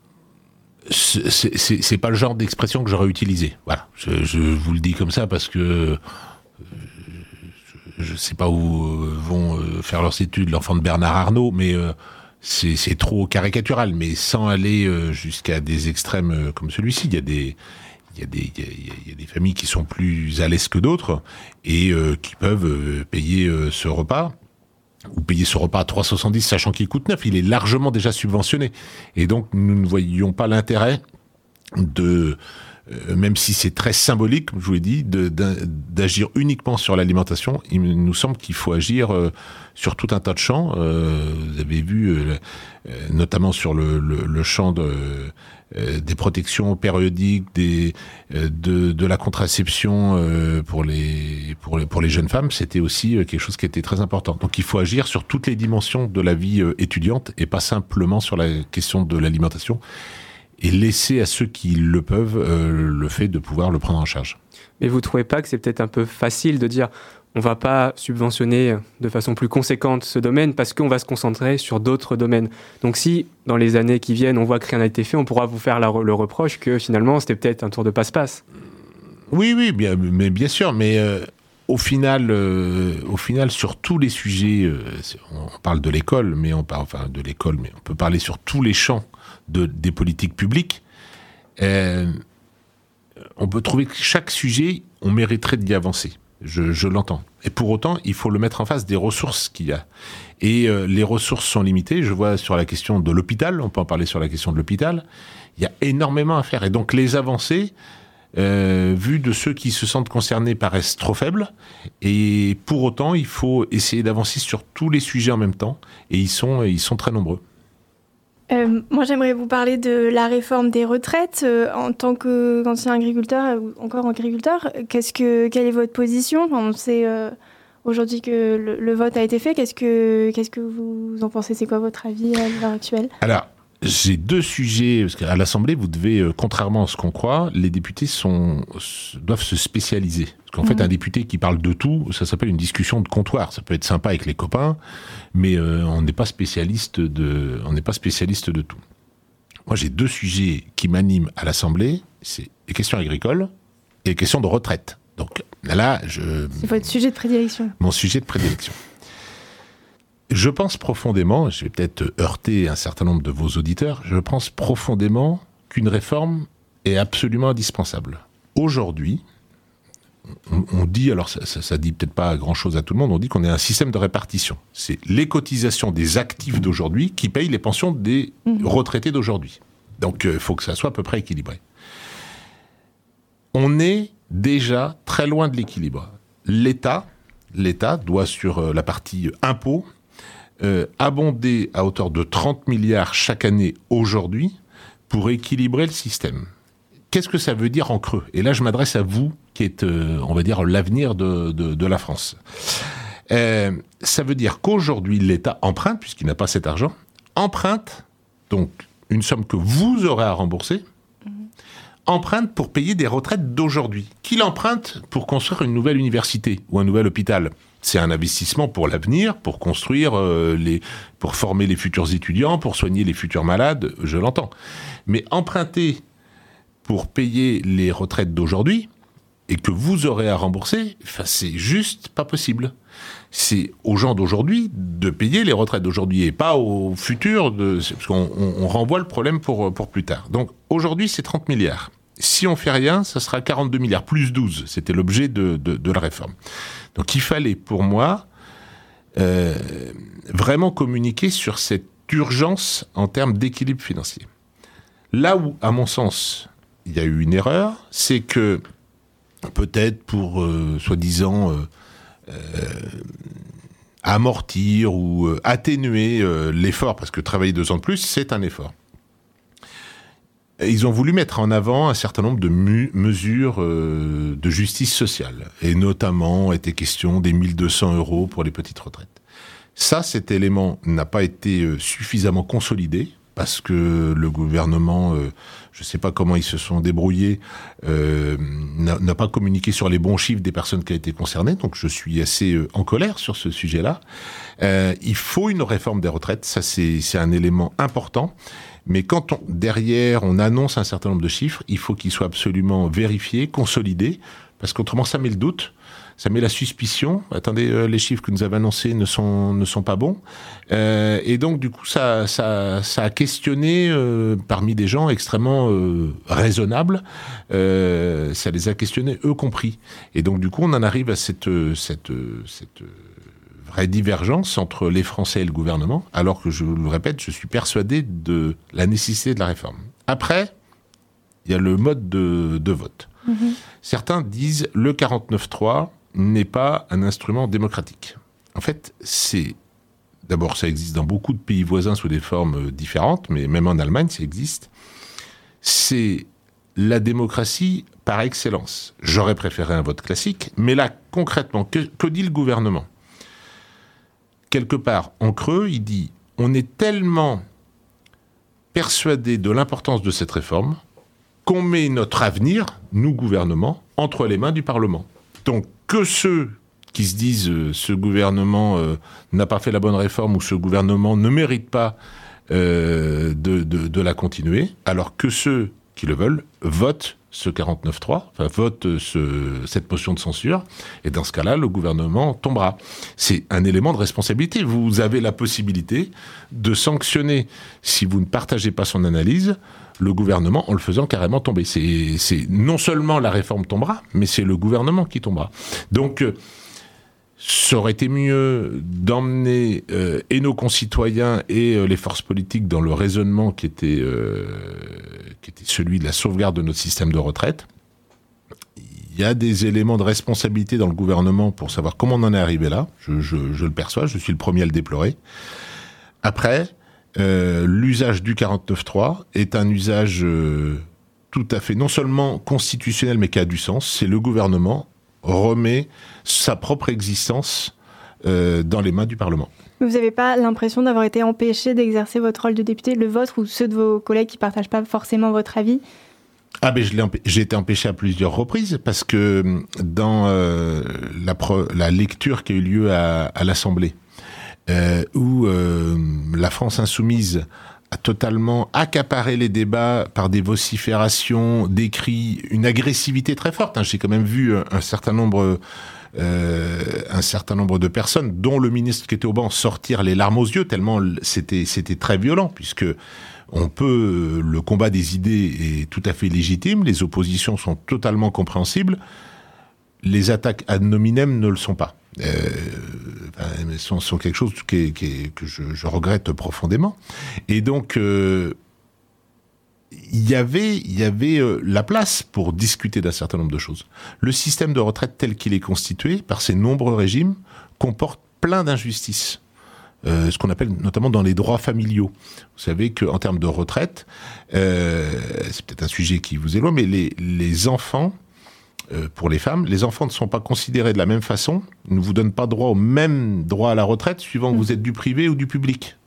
C'est pas le genre d'expression que j'aurais utilisé. Voilà, je vous le dis comme ça parce que je sais pas où vont faire leurs études l'enfant de Bernard Arnault, mais c'est trop caricatural. Mais sans aller jusqu'à des extrêmes comme celui-ci, il y a des familles qui sont plus à l'aise que d'autres et qui peuvent payer ce repas. Ou payer ce repas à 3,70 sachant qu'il coûte 9, il est largement déjà subventionné. Et donc, nous ne voyions pas l'intérêt de, même si c'est très symbolique, comme je vous l'ai dit, d'agir uniquement sur l'alimentation. Il nous semble qu'il faut agir sur tout un tas de champs. Vous avez vu, notamment sur le champ des protections périodiques, de la contraception pour les jeunes femmes, c'était aussi quelque chose qui était très important. Donc il faut agir sur toutes les dimensions de la vie étudiante et pas simplement sur la question de l'alimentation et laisser à ceux qui le peuvent le fait de pouvoir le prendre en charge. Mais vous trouvez pas que c'est peut-être un peu facile de dire on va pas subventionner de façon plus conséquente ce domaine parce qu'on va se concentrer sur d'autres domaines. Donc si, dans les années qui viennent, on voit que rien n'a été fait, on pourra vous faire le reproche que finalement, c'était peut-être un tour de passe-passe. Oui, bien sûr, mais au final, sur tous les sujets, on parle de l'école, mais on peut parler sur tous les champs des politiques publiques. On peut trouver que chaque sujet, on mériterait d'y avancer. Je l'entends. Et pour autant, il faut le mettre en face des ressources qu'il y a. Et les ressources sont limitées. Je vois sur la question de l'hôpital, on peut en parler sur la question de l'hôpital, il y a énormément à faire. Et donc les avancées, vues de ceux qui se sentent concernés, paraissent trop faibles. Et pour autant, il faut essayer d'avancer sur tous les sujets en même temps. Et ils sont très nombreux. Moi, j'aimerais vous parler de la réforme des retraites. En tant qu'ancien agriculteur, ou encore agriculteur, quelle est votre position ? On sait aujourd'hui que le vote a été fait. Qu'est-ce que vous en pensez ? C'est quoi votre avis à l'heure actuelle ? Alors, j'ai deux sujets, parce qu'à l'Assemblée, vous devez, contrairement à ce qu'on croit, les députés doivent se spécialiser. Parce qu'en fait, un député qui parle de tout, ça s'appelle une discussion de comptoir. Ça peut être sympa avec les copains, mais on n'est pas spécialiste de tout. Moi, j'ai deux sujets qui m'animent à l'Assemblée, c'est les questions agricoles et les questions de retraite. Donc là, c'est votre sujet de prédilection. Mon sujet de prédilection. Je pense profondément, je vais peut-être heurter un certain nombre de vos auditeurs, je pense profondément qu'une réforme est absolument indispensable. Aujourd'hui, on dit, alors ça dit peut-être pas grand-chose à tout le monde, on dit qu'on est un système de répartition. C'est les cotisations des actifs d'aujourd'hui qui payent les pensions des retraités d'aujourd'hui. Donc il faut que ça soit à peu près équilibré. On est déjà très loin de l'équilibre. L'État doit, sur la partie impôts, abonder à hauteur de 30 milliards chaque année aujourd'hui pour équilibrer le système. Qu'est-ce que ça veut dire en creux ? Et là, je m'adresse à vous, qui êtes, on va dire, l'avenir de la France. Ça veut dire qu'aujourd'hui, l'État emprunte, puisqu'il n'a pas cet argent, emprunte donc une somme que vous aurez à rembourser, emprunte pour payer des retraites d'aujourd'hui, qu'il emprunte pour construire une nouvelle université ou un nouvel hôpital. C'est un investissement pour l'avenir, pour construire pour former les futurs étudiants, pour soigner les futurs malades, je l'entends. Mais emprunter pour payer les retraites d'aujourd'hui et que vous aurez à rembourser, c'est juste pas possible. C'est aux gens d'aujourd'hui de payer les retraites d'aujourd'hui et pas aux futurs, parce qu'on renvoie le problème pour plus tard. Donc aujourd'hui, c'est 30 milliards. Si on fait rien, ça sera 42 milliards, plus 12. C'était l'objet de la réforme. Donc il fallait, pour moi, vraiment communiquer sur cette urgence en termes d'équilibre financier. Là où, à mon sens, il y a eu une erreur, c'est que peut-être pour, soi-disant, amortir ou atténuer l'effort, parce que travailler 2 ans de plus, c'est un effort. Ils ont voulu mettre en avant un certain nombre de mesures de justice sociale, et notamment était question des 1 200 € pour les petites retraites. Ça, cet élément n'a pas été suffisamment consolidé, parce que le gouvernement, je ne sais pas comment ils se sont débrouillés, n'a pas communiqué sur les bons chiffres des personnes qui ont été concernées, donc je suis assez en colère sur ce sujet-là. Il faut une réforme des retraites, ça c'est un élément important, mais quand derrière on annonce un certain nombre de chiffres, il faut qu'ils soient absolument vérifiés, consolidés, parce qu'autrement ça met le doute, ça met la suspicion. Attendez, les chiffres que nous avons annoncés ne sont pas bons. Et donc, du coup, ça a questionné parmi des gens extrêmement raisonnables. Ça les a questionnés, eux compris. Et donc, du coup, on en arrive à cette vraie divergence entre les Français et le gouvernement, alors que, je le répète, je suis persuadé de la nécessité de la réforme. Après, il y a le mode de vote. Mmh. Certains disent le 49.3 n'est pas un instrument démocratique. En fait, d'abord, ça existe dans beaucoup de pays voisins sous des formes différentes, mais même en Allemagne, ça existe. C'est la démocratie par excellence. J'aurais préféré un vote classique, mais là, concrètement, que dit le gouvernement ? Quelque part, en creux, il dit « On est tellement persuadé de l'importance de cette réforme qu'on met notre avenir, nous, gouvernement, entre les mains du Parlement. » Donc, que ceux qui se disent ce gouvernement n'a pas fait la bonne réforme ou ce gouvernement ne mérite pas de la continuer, alors que ceux qui le veulent votent ce 49.3, enfin votent cette motion de censure, et dans ce cas-là, le gouvernement tombera. C'est un élément de responsabilité. Vous avez la possibilité de sanctionner, si vous ne partagez pas son analyse, le gouvernement en le faisant carrément tomber. C'est non seulement la réforme tombera, mais c'est le gouvernement qui tombera. Donc, ça aurait été mieux d'emmener et nos concitoyens et les forces politiques dans le raisonnement qui était celui de la sauvegarde de notre système de retraite. Il y a des éléments de responsabilité dans le gouvernement pour savoir comment on en est arrivé là. Je le perçois, je suis le premier à le déplorer. Après, l'usage du 49.3 est un usage tout à fait non seulement constitutionnel, mais qui a du sens. C'est le gouvernement remet sa propre existence dans les mains du Parlement. Vous n'avez pas l'impression d'avoir été empêché d'exercer votre rôle de député, le vôtre ou ceux de vos collègues qui ne partagent pas forcément votre avis ? Ah ben j'ai été empêché à plusieurs reprises parce que dans la lecture qui a eu lieu à l'Assemblée, où la France insoumise a totalement accaparé les débats par des vociférations, des cris, une agressivité très forte. J'ai quand même vu un certain nombre de personnes, dont le ministre qui était au banc, sortir les larmes aux yeux, tellement c'était très violent, puisque le combat des idées est tout à fait légitime, les oppositions sont totalement compréhensibles, les attaques ad hominem ne le sont pas. Sont quelque chose que je regrette profondément. Et donc, il y avait la place pour discuter d'un certain nombre de choses. Le système de retraite tel qu'il est constitué, par ses nombreux régimes, comporte plein d'injustices. Ce qu'on appelle notamment dans les droits familiaux. Vous savez qu'en termes de retraite, c'est peut-être un sujet qui vous éloigne, mais les enfants, pour les femmes, les enfants ne sont pas considérés de la même façon, ne vous donnent pas droit au même droit à la retraite suivant que vous êtes du privé ou du public.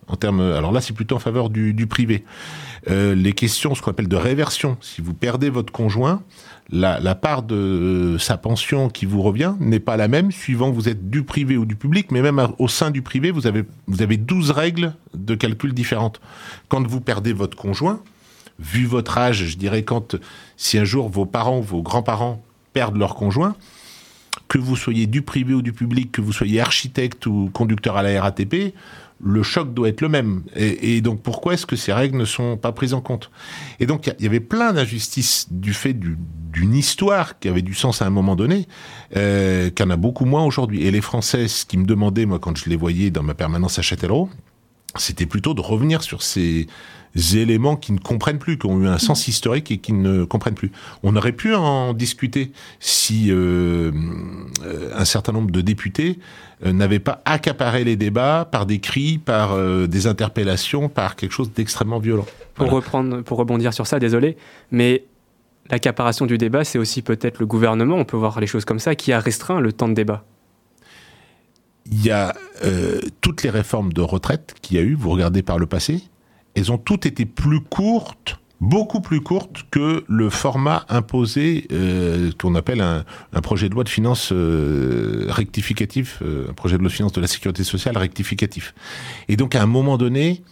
Alors là, c'est plutôt en faveur du privé. Les questions, ce qu'on appelle de réversion. Si vous perdez votre conjoint, la part de sa pension qui vous revient n'est pas la même suivant que vous êtes du privé ou du public, mais même au sein du privé, vous avez 12 règles de calcul différentes. Quand vous perdez votre conjoint, vu votre âge, je dirais si un jour vos parents ou vos grands-parents perdent leur conjoint, que vous soyez du privé ou du public, que vous soyez architecte ou conducteur à la RATP, le choc doit être le même. Et donc, pourquoi est-ce que ces règles ne sont pas prises en compte ? Et donc, il y avait plein d'injustices du fait d'une histoire qui avait du sens à un moment donné, qu'il y en a beaucoup moins aujourd'hui. Et les Français, ce qu'ils me demandaient, moi, quand je les voyais dans ma permanence à Châtellerault, c'était plutôt de revenir sur ces éléments qui ne comprennent plus, qui ont eu un sens historique et qui ne comprennent plus. On aurait pu en discuter si un certain nombre de députés n'avaient pas accaparé les débats par des cris, par des interpellations, par quelque chose d'extrêmement violent. Pour rebondir sur ça, désolé, mais l'accaparation du débat, c'est aussi peut-être le gouvernement, on peut voir les choses comme ça, qui a restreint le temps de débat. Il y a toutes les réformes de retraite qu'il y a eu, vous regardez par le passé, elles ont toutes été plus courtes, beaucoup plus courtes que le format imposé qu'on appelle un projet de loi de finances rectificatif, un projet de loi de finances de la sécurité sociale rectificatif. Et donc à un moment donné,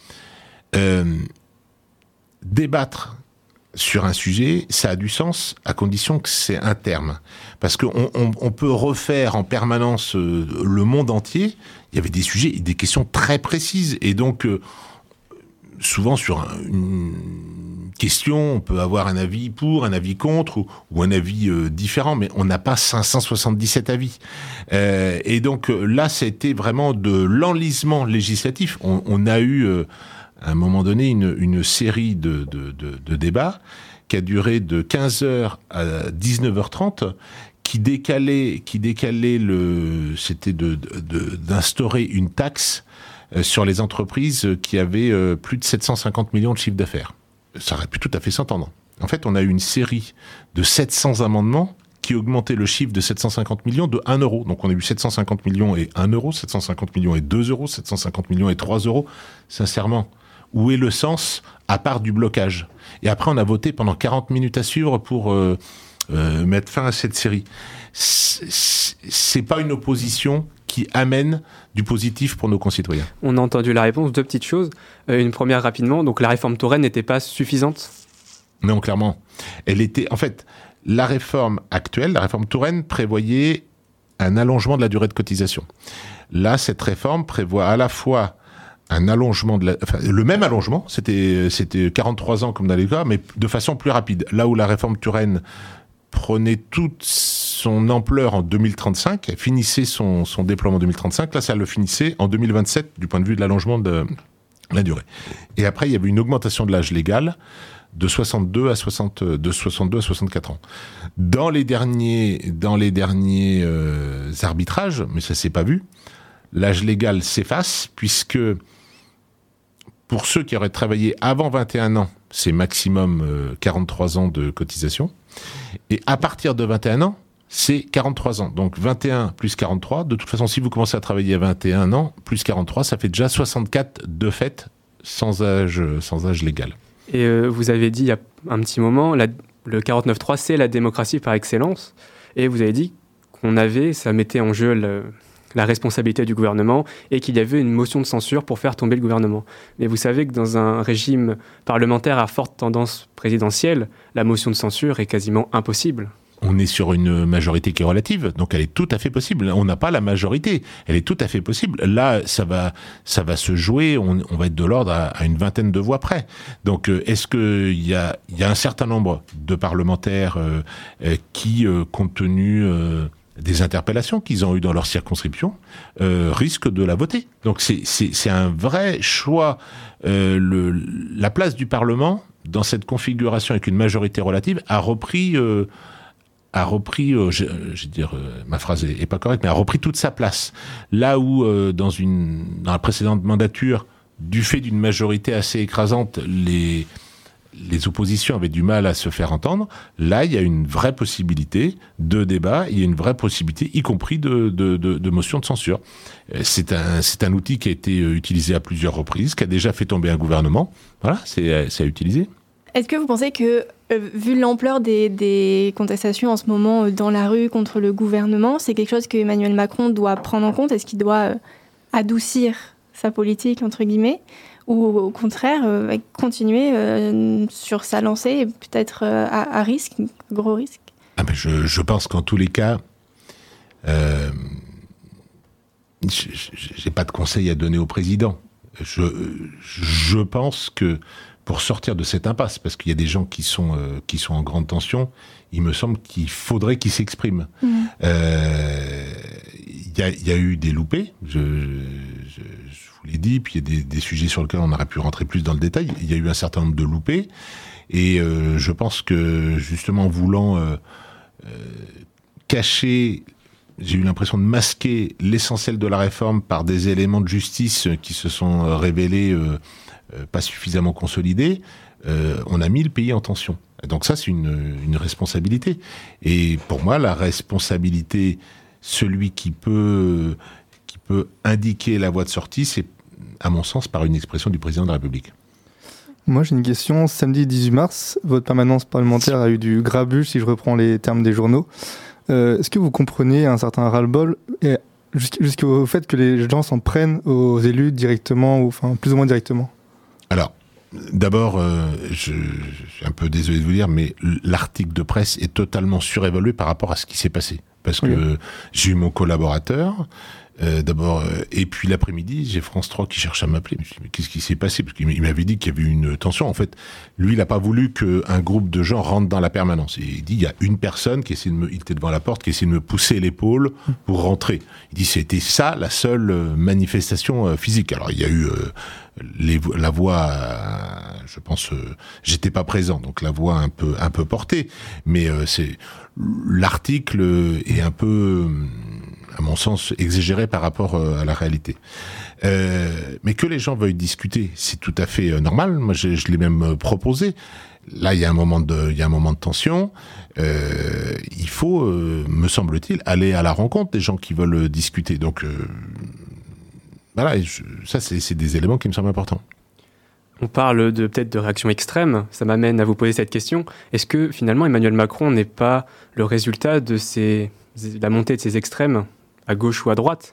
débattre sur un sujet, ça a du sens à condition que c'est un terme. Parce qu'on peut refaire en permanence le monde entier. Il y avait des sujets, des questions très précises. Et donc, souvent sur une question, on peut avoir un avis pour, un avis contre ou un avis différent, mais on n'a pas 577 avis. Et donc là, c'était vraiment de l'enlisement législatif. On a eu... à un moment donné, une série de débats qui a duré de 15h à 19h30, qui décalait c'était d'instaurer une taxe sur les entreprises qui avaient plus de 750 millions de chiffre d'affaires. Ça aurait pu tout à fait s'entendre. En fait, on a eu une série de 700 amendements qui augmentaient le chiffre de 750 millions de 1 euro. Donc on a eu 750 millions et 1 euro, 750 millions et 2 euros, 750 millions et 3 euros. Sincèrement, où est le sens à part du blocage ? Et après, on a voté pendant 40 minutes à suivre pour mettre fin à cette série. C'est pas une opposition qui amène du positif pour nos concitoyens. On a entendu la réponse, deux petites choses. Une première rapidement, donc la réforme Touraine n'était pas suffisante ? Non, clairement. Elle était... En fait, la réforme actuelle, la réforme Touraine, prévoyait un allongement de la durée de cotisation. Là, cette réforme prévoit à la fois un allongement le même allongement, c'était 43 ans comme dans les cas, mais de façon plus rapide. Là où la réforme Touraine prenait toute son ampleur en 2035, elle finissait son déploiement en 2035, là ça le finissait en 2027 du point de vue de l'allongement de la durée. Et après, il y avait une augmentation de l'âge légal de 62 à 64 ans. Dans les derniers arbitrages, mais ça s'est pas vu, l'âge légal s'efface puisque pour ceux qui auraient travaillé avant 21 ans, c'est maximum 43 ans de cotisation. Et à partir de 21 ans, c'est 43 ans. Donc 21 plus 43, de toute façon, si vous commencez à travailler à 21 ans, plus 43, ça fait déjà 64 de fait, sans âge légal. Et vous avez dit il y a un petit moment, le 49.3, c'est la démocratie par excellence. Et vous avez dit ça mettait en jeu la responsabilité du gouvernement et qu'il y avait une motion de censure pour faire tomber le gouvernement. Mais vous savez que dans un régime parlementaire à forte tendance présidentielle, la motion de censure est quasiment impossible. On est sur une majorité qui est relative, donc elle est tout à fait possible. On n'a pas la majorité, elle est tout à fait possible. Là, ça va se jouer, on va être de l'ordre à une vingtaine de voix près. Donc, est-ce qu'il y a un certain nombre de parlementaires qui, compte tenu des interpellations qu'ils ont eues dans leur circonscription, risquent de la voter. Donc c'est un vrai choix. La place du Parlement, dans cette configuration avec une majorité relative, a repris, je vais dire, ma phrase est pas correcte, mais a repris toute sa place. Là où, dans la précédente mandature, du fait d'une majorité assez écrasante, les oppositions avaient du mal à se faire entendre. Là, il y a une vraie possibilité de débat, il y a une vraie possibilité, y compris de motion de censure. C'est un outil qui a été utilisé à plusieurs reprises, qui a déjà fait tomber un gouvernement. Voilà, c'est à utiliser. Est-ce que vous pensez que, vu l'ampleur des contestations en ce moment dans la rue contre le gouvernement, c'est quelque chose que Emmanuel Macron doit prendre en compte? Est-ce qu'il doit adoucir sa politique, entre guillemets, ou au contraire continuer sur sa lancée et peut-être à risque, gros risque? Je pense qu'en tous les cas, j'ai pas de conseil à donner au président. Je pense que pour sortir de cette impasse, parce qu'il y a des gens qui sont en grande tension, il me semble qu'il faudrait qu'ils s'expriment. Il y a eu des loupés, je vous l'ai dit, puis il y a des sujets sur lesquels on aurait pu rentrer plus dans le détail. Il y a eu un certain nombre de loupés, et je pense que justement en voulant cacher, j'ai eu l'impression de masquer l'essentiel de la réforme par des éléments de justice qui se sont révélés pas suffisamment consolidés, on a mis le pays en tension. Donc ça, c'est une responsabilité. Et pour moi, la responsabilité, celui qui peut indiquer la voie de sortie, c'est, à mon sens, par une expression du président de la République. Moi, j'ai une question. Samedi 18 mars, votre permanence parlementaire a eu du grabuge, si je reprends les termes des journaux. Est-ce que vous comprenez un certain ras-le-bol jusqu'au fait que les gens s'en prennent aux élus directement, ou enfin plus ou moins directement? Alors, d'abord, je suis un peu désolé de vous dire, mais l'article de presse est totalement surévalué par rapport à ce qui s'est passé. Parce que j'ai eu mon collaborateur, d'abord, et puis l'après-midi, j'ai France 3 qui cherche à m'appeler. Je me suis dit, mais qu'est-ce qui s'est passé? Parce qu'il m'avait dit qu'il y avait eu une tension. En fait, lui, il n'a pas voulu qu'un groupe de gens rentre dans la permanence. Et il dit, il y a une personne qui essaie il était devant la porte, qui essaie de me pousser l'épaule pour rentrer. Il dit, c'était ça la seule manifestation physique. Alors, il y a eu la voix, je pense, j'étais pas présent, donc la voix un peu portée. Mais l'article est un peu, à mon sens, exagéré par rapport à la réalité. Mais que les gens veuillent discuter, c'est tout à fait normal. Moi, je l'ai même proposé. Là, il y a un moment de tension. Il faut, me semble-t-il, aller à la rencontre des gens qui veulent discuter. Donc, voilà, ça, c'est des éléments qui me semblent importants. On parle peut-être de réactions extrêmes. Ça m'amène à vous poser cette question. Est-ce que, finalement, Emmanuel Macron n'est pas le résultat de la montée de ces extrêmes, à gauche ou à droite?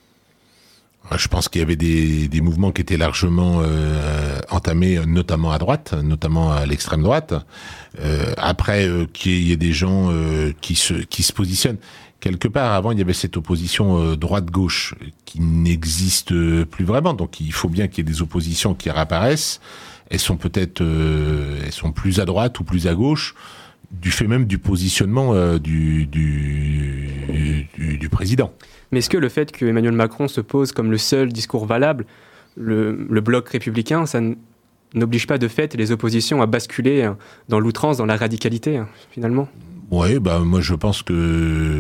Je pense qu'il y avait des mouvements qui étaient largement entamés, notamment à droite, notamment à l'extrême droite. Après, qu'il y ait des gens qui se positionnent. Quelque part, avant, il y avait cette opposition droite-gauche qui n'existe plus vraiment. Donc, il faut bien qu'il y ait des oppositions qui réapparaissent. Elles sont peut-être, elles sont plus à droite ou plus à gauche, du fait même du positionnement du président. Mais est-ce que le fait que Emmanuel Macron se pose comme le seul discours valable, le bloc républicain, ça n'oblige pas de fait les oppositions à basculer dans l'outrance, dans la radicalité, finalement? Oui, moi je pense que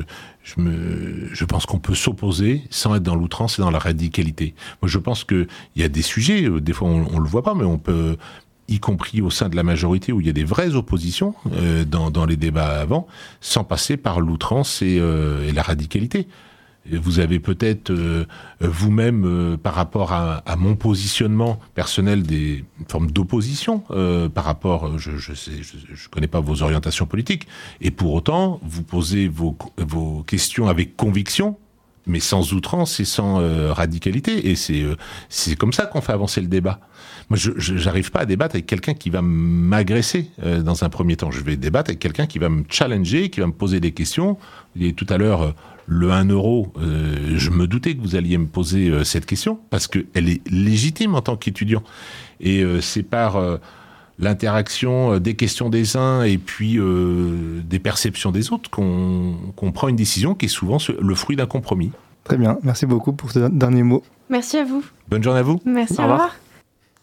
je pense qu'on peut s'opposer sans être dans l'outrance et dans la radicalité. Moi je pense que il y a des sujets, des fois on le voit pas, mais on peut, y compris au sein de la majorité où il y a des vraies oppositions dans les débats avant, sans passer par l'outrance et la radicalité. Vous avez peut-être vous-même, par rapport à mon positionnement personnel, des formes d'opposition par rapport, je connais pas vos orientations politiques, et pour autant, vous posez vos questions avec conviction, mais sans outrance et sans radicalité, et c'est comme ça qu'on fait avancer le débat. Moi, j'arrive pas à débattre avec quelqu'un qui va m'agresser dans un premier temps. Je vais débattre avec quelqu'un qui va me challenger, qui va me poser des questions. Et tout à l'heure, le 1 euro, je me doutais que vous alliez me poser cette question, parce qu'elle est légitime en tant qu'étudiant. Et c'est par l'interaction des questions des uns et puis des perceptions des autres qu'on prend une décision qui est souvent le fruit d'un compromis. Très bien, merci beaucoup pour ce dernier mot. Merci à vous. Bonne journée à vous. Merci, au revoir.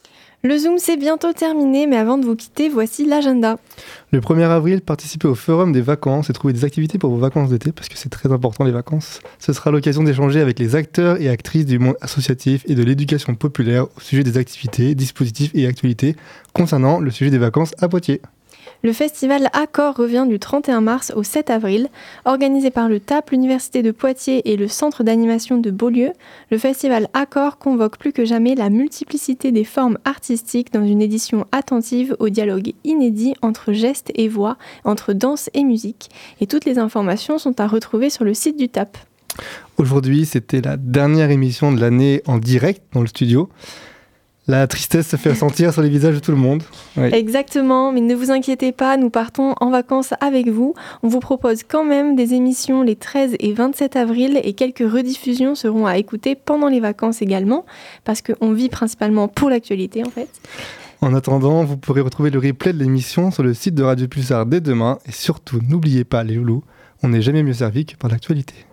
Le Zoom, c'est bientôt terminé, mais avant de vous quitter, voici l'agenda. Le 1er avril, participez au Forum des vacances et trouvez des activités pour vos vacances d'été, parce que c'est très important les vacances. Ce sera l'occasion d'échanger avec les acteurs et actrices du monde associatif et de l'éducation populaire au sujet des activités, dispositifs et actualités concernant le sujet des vacances à Poitiers. Le festival Accord revient du 31 mars au 7 avril. Organisé par le TAP, l'Université de Poitiers et le Centre d'animation de Beaulieu, le festival Accord convoque plus que jamais la multiplicité des formes artistiques dans une édition attentive au dialogue inédit entre gestes et voix, entre danse et musique. Et toutes les informations sont à retrouver sur le site du TAP. Aujourd'hui, c'était la dernière émission de l'année en direct dans le studio. La tristesse se fait sentir sur les visages de tout le monde. Oui. Exactement, mais ne vous inquiétez pas, nous partons en vacances avec vous. On vous propose quand même des émissions les 13 et 27 avril et quelques rediffusions seront à écouter pendant les vacances également, parce qu'on vit principalement pour l'actualité en fait. En attendant, vous pourrez retrouver le replay de l'émission sur le site de Radio Pulsar dès demain. Et surtout, n'oubliez pas les loulous, on n'est jamais mieux servi que par l'actualité.